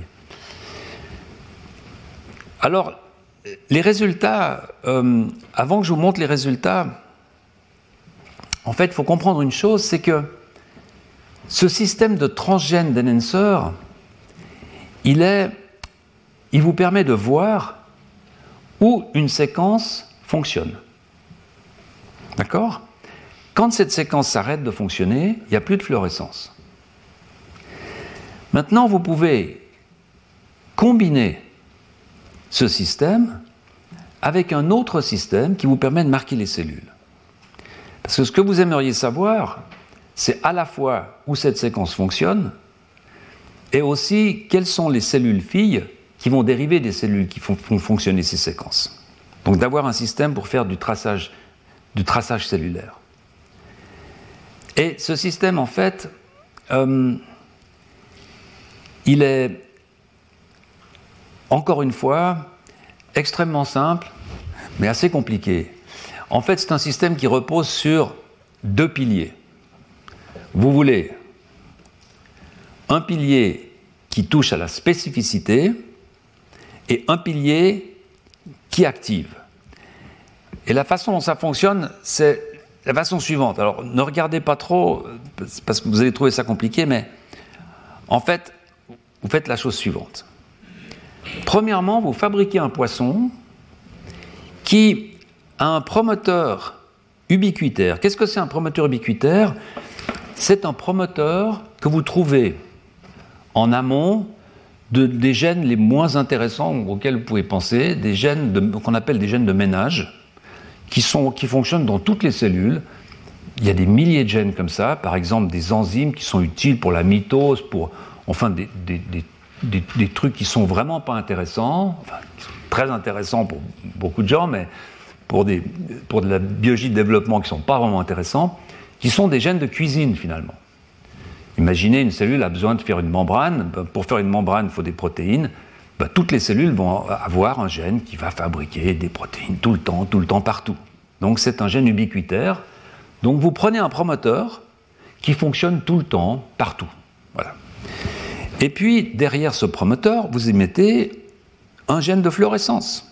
Alors, les résultats, euh, avant que je vous montre les résultats, en fait, il faut comprendre une chose, c'est que ce système de transgène d'Enhancer, il est, il vous permet de voir où une séquence fonctionne. D'accord ? Quand cette séquence s'arrête de fonctionner, il n'y a plus de fluorescence. Maintenant, vous pouvez combiner ce système avec un autre système qui vous permet de marquer les cellules. Parce que ce que vous aimeriez savoir, c'est à la fois où cette séquence fonctionne et aussi quelles sont les cellules filles qui vont dériver des cellules qui font, font fonctionner ces séquences. Donc d'avoir un système pour faire du traçage, du traçage cellulaire. Et ce système, en fait, euh, il est, encore une fois, extrêmement simple, mais assez compliqué. En fait, c'est un système qui repose sur deux piliers. Vous voulez un pilier qui touche à la spécificité et un pilier qui active. Et la façon dont ça fonctionne, c'est la façon suivante. Alors, ne regardez pas trop, parce que vous allez trouver ça compliqué, mais en fait, vous faites la chose suivante. Premièrement, vous fabriquez un poisson qui a un promoteur ubiquitaire. Qu'est-ce que c'est un promoteur ubiquitaire? C'est un promoteur que vous trouvez en amont de, des gènes les moins intéressants auxquels vous pouvez penser, des gènes de, qu'on appelle des gènes de ménage, qui, sont, qui fonctionnent dans toutes les cellules. Il y a des milliers de gènes comme ça, par exemple des enzymes qui sont utiles pour la mitose, pour enfin des, des, des, des, des trucs qui sont vraiment pas intéressants, enfin qui sont très intéressants pour beaucoup de gens, mais pour, des, pour de la biologie de développement qui ne sont pas vraiment intéressants, qui sont des gènes de cuisine finalement. Imaginez une cellule a besoin de faire une membrane, pour faire une membrane il faut des protéines, ben, toutes les cellules vont avoir un gène qui va fabriquer des protéines tout le temps, tout le temps, partout. Donc c'est un gène ubiquitaire. Donc vous prenez un promoteur qui fonctionne tout le temps, partout. Voilà. Et puis derrière ce promoteur, vous y mettez un gène de fluorescence.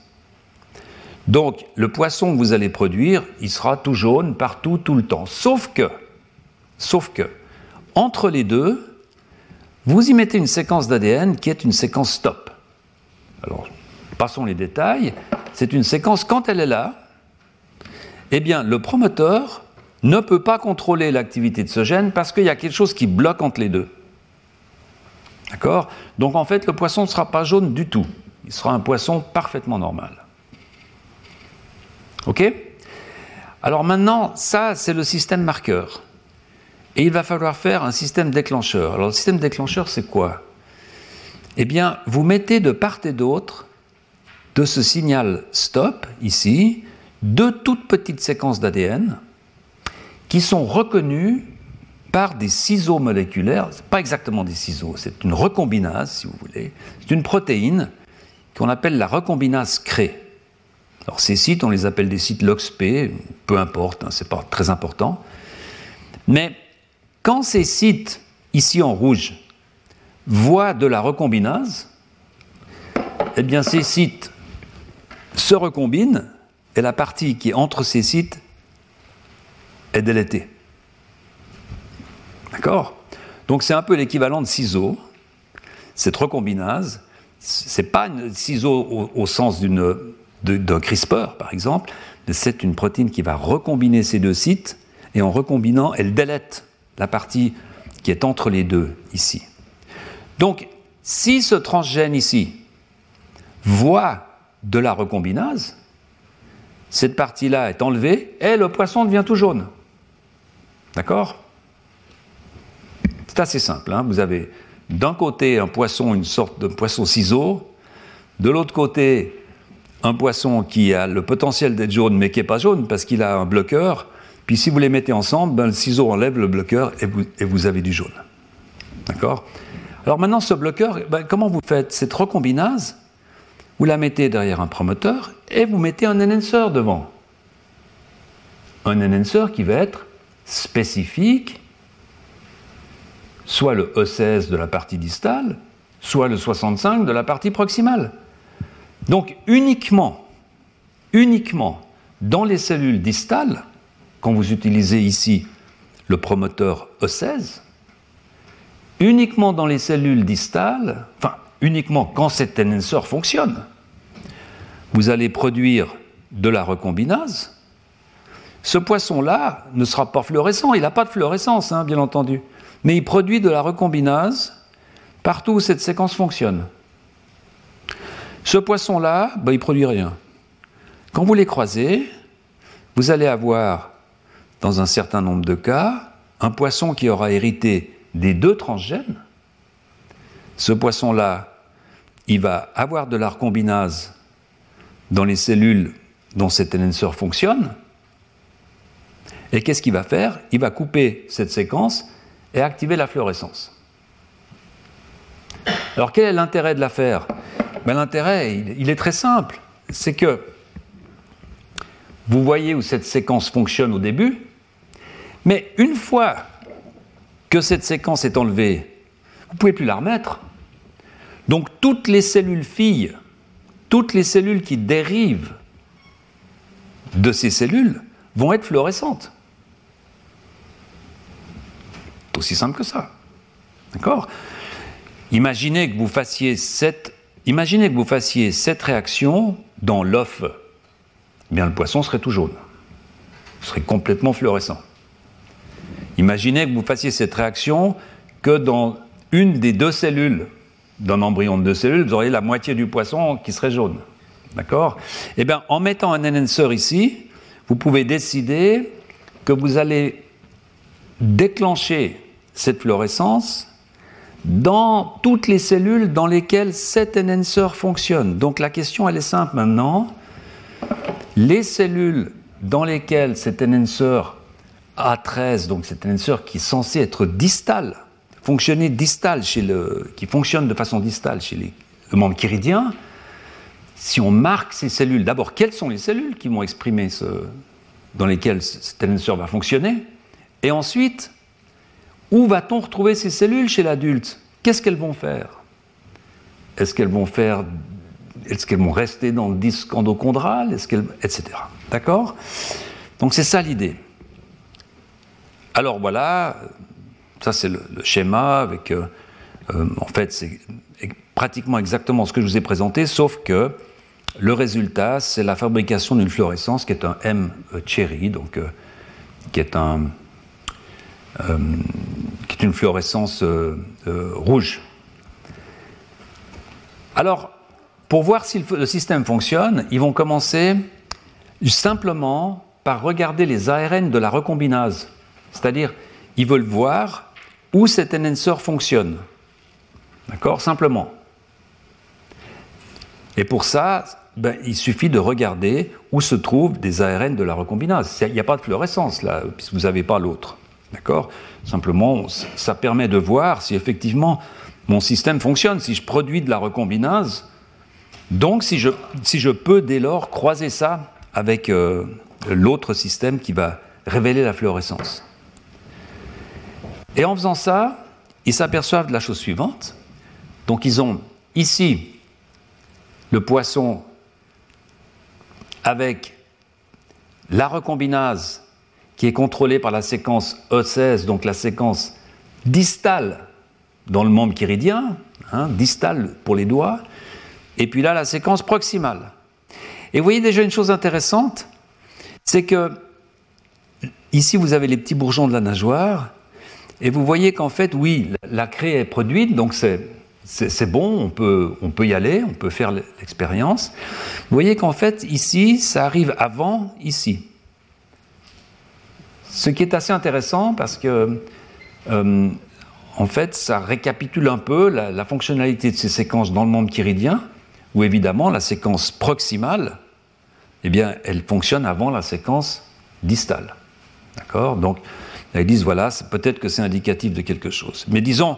Donc le poisson que vous allez produire, il sera tout jaune, partout, tout le temps. Sauf que, sauf que, entre les deux, vous y mettez une séquence d'A D N qui est une séquence stop. Alors, passons les détails. C'est une séquence, quand elle est là, eh bien, le promoteur ne peut pas contrôler l'activité de ce gène parce qu'il y a quelque chose qui bloque entre les deux. D'accord ? Donc, en fait, le poisson ne sera pas jaune du tout. Il sera un poisson parfaitement normal. OK ? Alors maintenant, ça, c'est le système marqueur. Et il va falloir faire un système déclencheur. Alors, le système déclencheur, c'est quoi ? Eh bien, vous mettez de part et d'autre de ce signal stop, ici, deux toutes petites séquences d'A D N qui sont reconnues par des ciseaux moléculaires. Ce n'est pas exactement des ciseaux, c'est une recombinase, si vous voulez. C'est une protéine qu'on appelle la recombinase C R E. Alors, ces sites, on les appelle des sites LOXP, peu importe, hein, ce n'est pas très important. Mais quand ces sites, ici en rouge, voient de la recombinase, eh bien ces sites se recombinent et la partie qui est entre ces sites est délétée. D'accord ? Donc c'est un peu l'équivalent de ciseaux. Cette recombinase, ce n'est pas un ciseau au, au sens d'une, de, d'un CRISPR, par exemple, mais c'est une protéine qui va recombiner ces deux sites et en recombinant, elle délète la partie qui est entre les deux ici. Donc, si ce transgène ici voit de la recombinase, cette partie-là est enlevée et le poisson devient tout jaune. D'accord ? C'est assez simple. Hein, vous avez d'un côté un poisson, une sorte de poisson-ciseau, de l'autre côté un poisson qui a le potentiel d'être jaune mais qui n'est pas jaune parce qu'il a un bloqueur, puis si vous les mettez ensemble, ben, le ciseau enlève le bloqueur et vous, et vous avez du jaune. D'accord ? Alors maintenant, ce bloqueur, ben, comment vous faites ? Cette recombinase, vous la mettez derrière un promoteur et vous mettez un enhancer devant. Un enhancer qui va être spécifique, soit le E seize de la partie distale, soit le soixante-cinq de la partie proximale. Donc uniquement, uniquement dans les cellules distales, quand vous utilisez ici le promoteur E seize, uniquement dans les cellules distales, enfin uniquement quand cet enhancer fonctionne, vous allez produire de la recombinase. Ce poisson-là ne sera pas fluorescent, il n'a pas de fluorescence, hein, bien entendu, mais il produit de la recombinase partout où cette séquence fonctionne. Ce poisson-là, ben, il ne produit rien. Quand vous les croisez, vous allez avoir, dans un certain nombre de cas, un poisson qui aura hérité des deux transgènes. Ce poisson-là, il va avoir de la recombinase dans les cellules dont cet enhancer fonctionne. Et qu'est-ce qu'il va faire ? Il va couper cette séquence et activer la fluorescence. Alors quel est l'intérêt de l'affaire ? Ben, l'intérêt, il, il est très simple. C'est que vous voyez où cette séquence fonctionne au début, mais une fois que cette séquence est enlevée, vous ne pouvez plus la remettre. Donc toutes les cellules filles, toutes les cellules qui dérivent de ces cellules vont être fluorescentes. C'est aussi simple que ça. D'accord ? Imaginez que vous fassiez cette, imaginez que vous fassiez cette réaction dans l'œuf. Eh bien, le poisson serait tout jaune. Il serait complètement fluorescent. Imaginez que vous fassiez cette réaction que dans une des deux cellules d'un embryon de deux cellules, vous auriez la moitié du poisson qui serait jaune. D'accord ? Eh bien, en mettant un enhancer ici, vous pouvez décider que vous allez déclencher cette fluorescence dans toutes les cellules dans lesquelles cet enhancer fonctionne. Donc la question, elle est simple maintenant. Les cellules dans lesquelles cet enhancer A treize, donc cet enhancer qui est censé être distal, fonctionner distal chez le, qui fonctionne de façon distale chez les, le membre chiridien, si on marque ces cellules, d'abord, quelles sont les cellules qui vont exprimer ce, dans lesquelles cet enhancer va fonctionner, et ensuite, où va-t-on retrouver ces cellules chez l'adulte ? Qu'est-ce qu'elles vont faire ? Est-ce qu'elles vont faire, est-ce qu'elles vont rester dans le disque endochondral, est-ce qu'elles, et cetera. D'accord ? Donc c'est ça l'idée. Alors voilà, ça c'est le, le schéma avec, euh, euh, en fait c'est pratiquement exactement ce que je vous ai présenté, sauf que le résultat c'est la fabrication d'une fluorescence qui est un M cherry, donc euh, qui est un euh, qui est une fluorescence euh, euh, rouge. Alors, pour voir si le, le système fonctionne, ils vont commencer simplement par regarder les A R N de la recombinase. C'est-à-dire, ils veulent voir où cet enhancer fonctionne. D'accord ? Simplement. Et pour ça, ben, il suffit de regarder où se trouvent des A R N de la recombinase. Il n'y a pas de fluorescence là, puisque vous n'avez pas l'autre. D'accord ? Simplement, ça permet de voir si effectivement mon système fonctionne, si je produis de la recombinase. Donc, si je, si je peux dès lors croiser ça avec euh, l'autre système qui va révéler la fluorescence. Et en faisant ça, ils s'aperçoivent de la chose suivante. Donc ils ont ici le poisson avec la recombinase qui est contrôlée par la séquence E seize, donc la séquence distale dans le membre chiridien, hein, distale pour les doigts, et puis là la séquence proximale. Et vous voyez déjà une chose intéressante, c'est que ici vous avez les petits bourgeons de la nageoire, et vous voyez qu'en fait, oui, la craie est produite, donc c'est, c'est, c'est bon, on peut, on peut y aller, on peut faire l'expérience. Vous voyez qu'en fait, ici, ça arrive avant ici. Ce qui est assez intéressant parce que, euh, en fait, ça récapitule un peu la, la fonctionnalité de ces séquences dans le membre chiridien, où évidemment, la séquence proximale, eh bien, elle fonctionne avant la séquence distale. D'accord ? Donc, ils disent, voilà, c'est, peut-être que c'est indicatif de quelque chose. Mais disons,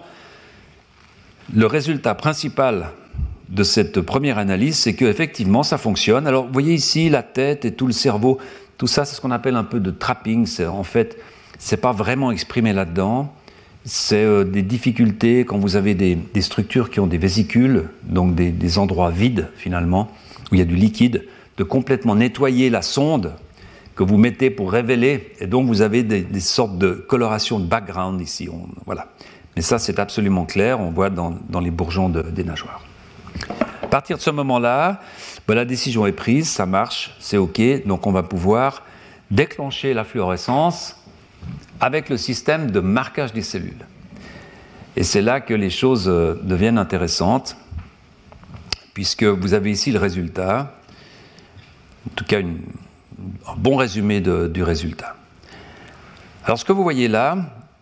le résultat principal de cette première analyse, c'est qu'effectivement, ça fonctionne. Alors, vous voyez ici, la tête et tout le cerveau, tout ça, c'est ce qu'on appelle un peu de trapping. C'est, en fait, c'est pas vraiment exprimé là-dedans. C'est euh, des difficultés quand vous avez des, des structures qui ont des vésicules, donc des, des endroits vides, finalement, où il y a du liquide, de complètement nettoyer la sonde que vous mettez pour révéler, et donc vous avez des, des sortes de colorations de background ici. On, voilà. Mais ça, c'est absolument clair, on voit dans, dans les bourgeons de, des nageoires. À partir de ce moment-là, ben, la décision est prise, ça marche, c'est OK, donc on va pouvoir déclencher la fluorescence avec le système de marquage des cellules. Et c'est là que les choses deviennent intéressantes, puisque vous avez ici le résultat, en tout cas une, un bon résumé de, du résultat. Alors ce que vous voyez là,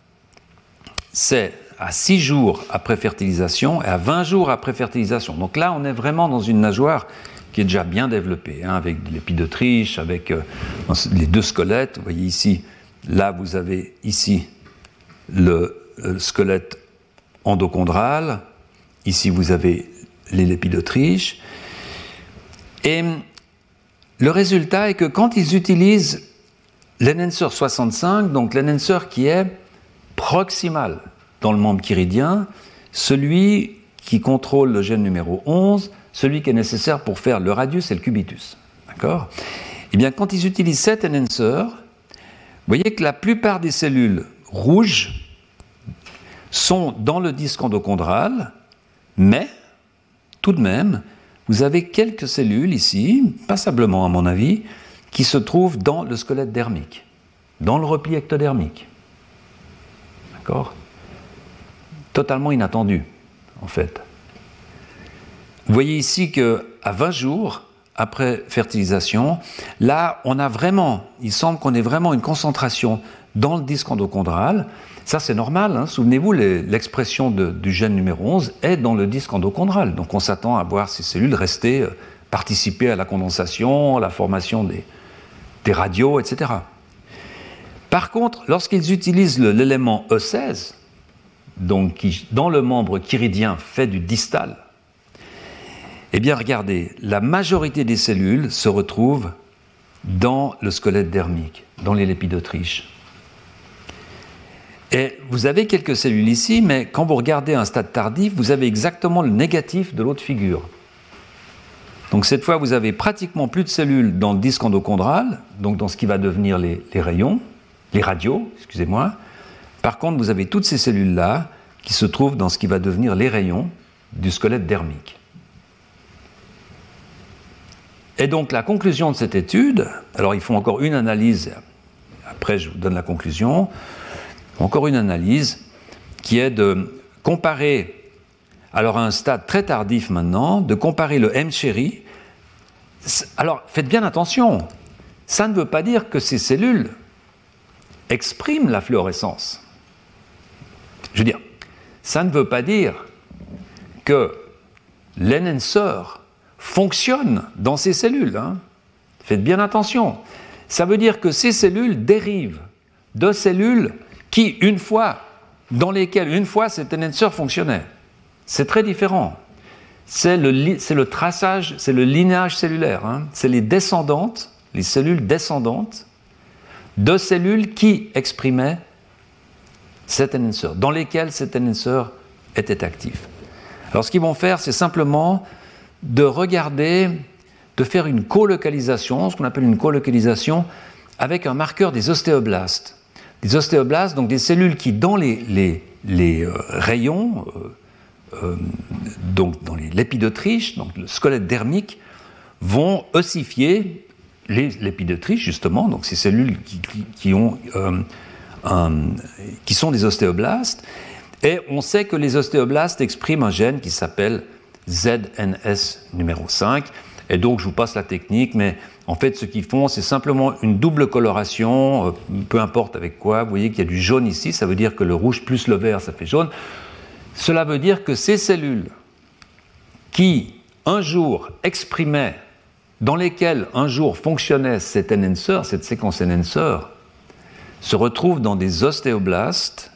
c'est à six jours après fertilisation et à vingt jours après fertilisation. Donc là, on est vraiment dans une nageoire qui est déjà bien développée, hein, avec l'épidautriche, avec euh, les deux squelettes. Vous voyez ici, là vous avez ici le, le squelette endochondral, ici vous avez les lépidautriches. Et le résultat est que quand ils utilisent l'enhancer soixante-cinq, donc l'enhancer qui est proximal dans le membre chiridien, celui qui contrôle le gène numéro onze, celui qui est nécessaire pour faire le radius et le cubitus. D'accord ? Eh bien, quand ils utilisent cet enhancer, vous voyez que la plupart des cellules rouges sont dans le disque endochondral, mais, tout de même, vous avez quelques cellules ici, passablement à mon avis, qui se trouvent dans le squelette dermique, dans le repli ectodermique. D'accord ? Totalement inattendu, en fait. Vous voyez ici qu'à vingt jours après fertilisation, là, on a vraiment, il semble qu'on ait vraiment une concentration dans le disque endochondral. Ça, c'est normal, hein. Souvenez-vous, les, l'expression de, du gène numéro onze est dans le disque endochondral. Donc, on s'attend à voir ces cellules rester, euh, participer à la condensation, à la formation des, des radios, et cetera. Par contre, lorsqu'ils utilisent le, l'élément E seize, donc qui, dans le membre chiridien, fait du distal, eh bien, regardez, la majorité des cellules se retrouvent dans le squelette dermique, dans les lépidautriches. Et vous avez quelques cellules ici, mais quand vous regardez un stade tardif, vous avez exactement le négatif de l'autre figure. Donc cette fois, vous avez pratiquement plus de cellules dans le disque endochondral, donc dans ce qui va devenir les, les rayons, les radios, excusez-moi. Par contre, vous avez toutes ces cellules-là qui se trouvent dans ce qui va devenir les rayons du squelette dermique. Et donc la conclusion de cette étude, alors ils font encore une analyse, après je vous donne la conclusion, encore une analyse qui est de comparer, alors à un stade très tardif maintenant, de comparer le M-chéri. Alors faites bien attention, ça ne veut pas dire que ces cellules expriment la fluorescence. Je veux dire, ça ne veut pas dire que l'enhancer fonctionne dans ces cellules. Hein. Faites bien attention. Ça veut dire que ces cellules dérivent de cellules qui, une fois, dans lesquelles, une fois, cet enhancer fonctionnait. C'est très différent. C'est le, c'est le traçage, c'est le linéage cellulaire. Hein. C'est les descendantes, les cellules descendantes de cellules qui exprimaient cet enhancer, dans lesquelles cet enhancer était actif. Alors, ce qu'ils vont faire, c'est simplement de regarder, de faire une colocalisation, ce qu'on appelle une colocalisation, avec un marqueur des ostéoblastes. Des ostéoblastes, donc des cellules qui, dans les, les, les euh, rayons, euh, euh, donc dans les lépidautriches, donc le squelette dermique, vont ossifier les lépidautriches, justement, donc ces cellules qui, qui, qui, ont, euh, un, qui sont des ostéoblastes. Et on sait que les ostéoblastes expriment un gène qui s'appelle Z N S numéro cinq. Et donc, je vous passe la technique, mais en fait, ce qu'ils font, c'est simplement une double coloration, euh, peu importe avec quoi. Vous voyez qu'il y a du jaune ici, ça veut dire que le rouge plus le vert, ça fait jaune. Cela veut dire que ces cellules qui, un jour, exprimaient, dans lesquelles, un jour, fonctionnait cet enhancer, cette séquence enhancer, se retrouvent dans des ostéoblastes,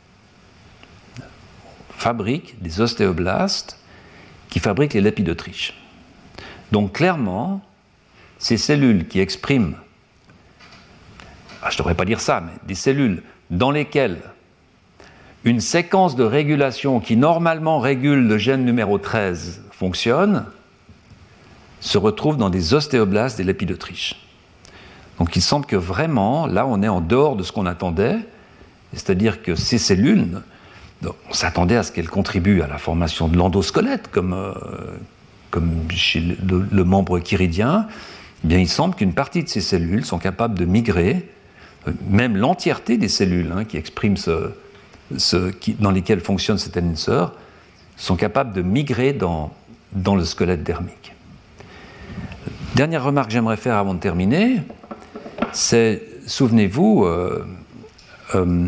fabriquent des ostéoblastes qui fabriquent les lépidotriches. Donc clairement, ces cellules qui expriment, ah, je ne devrais pas dire ça, mais des cellules dans lesquelles une séquence de régulation qui normalement régule le gène numéro treize fonctionne, se retrouve dans des ostéoblastes des lépidotriches. Donc il semble que vraiment, là on est en dehors de ce qu'on attendait, c'est-à-dire que ces cellules, on s'attendait à ce qu'elles contribuent à la formation de l'endosquelette, comme... Euh, comme chez le, le membre chiridien, eh bien, il semble qu'une partie de ces cellules sont capables de migrer, euh, même l'entièreté des cellules hein, qui expriment ce, ce, qui, dans lesquelles fonctionne cet enhancer, sont capables de migrer dans, dans le squelette dermique. Dernière remarque que j'aimerais faire avant de terminer, c'est, souvenez-vous, euh, euh,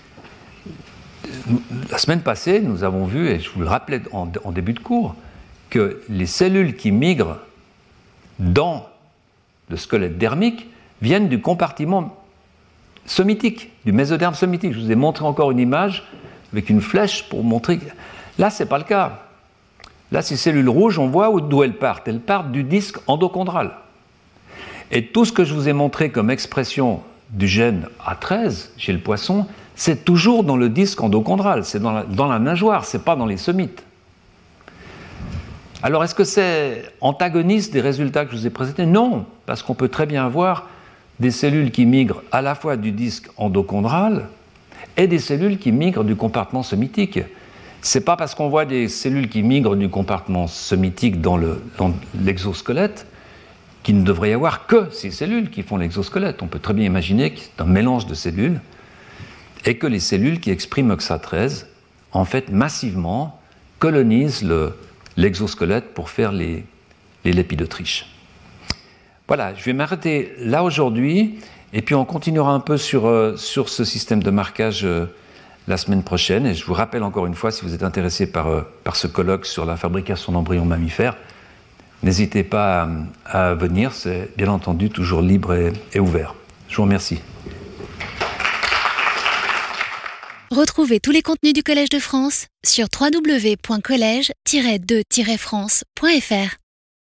la semaine passée, nous avons vu, et je vous le rappelais en, en début de cours, que les cellules qui migrent dans le squelette dermique viennent du compartiment somitique, du mésoderme somitique. Je vous ai montré encore une image avec une flèche pour montrer. Là, ce n'est pas le cas. Là, ces cellules rouges, on voit d'où elles partent. Elles partent du disque endochondral. Et tout ce que je vous ai montré comme expression du gène A treize chez le poisson, c'est toujours dans le disque endochondral, c'est dans la, dans la nageoire, ce n'est pas dans les somites. Alors, est-ce que c'est antagoniste des résultats que je vous ai présentés ? Non, parce qu'on peut très bien avoir des cellules qui migrent à la fois du disque endochondral et des cellules qui migrent du compartiment somitique. Ce n'est pas parce qu'on voit des cellules qui migrent du compartiment somitique dans, le, dans l'exosquelette qu'il ne devrait y avoir que ces cellules qui font l'exosquelette. On peut très bien imaginer que c'est un mélange de cellules et que les cellules qui expriment O X A treize, en fait, massivement, colonisent le l'exosquelette pour faire les, les lépidotriches. Voilà, je vais m'arrêter là aujourd'hui, et puis on continuera un peu sur, euh, sur ce système de marquage euh, la semaine prochaine. Et je vous rappelle encore une fois, si vous êtes intéressé par, euh, par ce colloque sur la fabrication d'embryons mammifères, n'hésitez pas à, à venir, c'est bien entendu toujours libre et, et ouvert. Je vous remercie. Retrouvez tous les contenus du Collège de France sur w w w point collège tiret de tiret france point f r.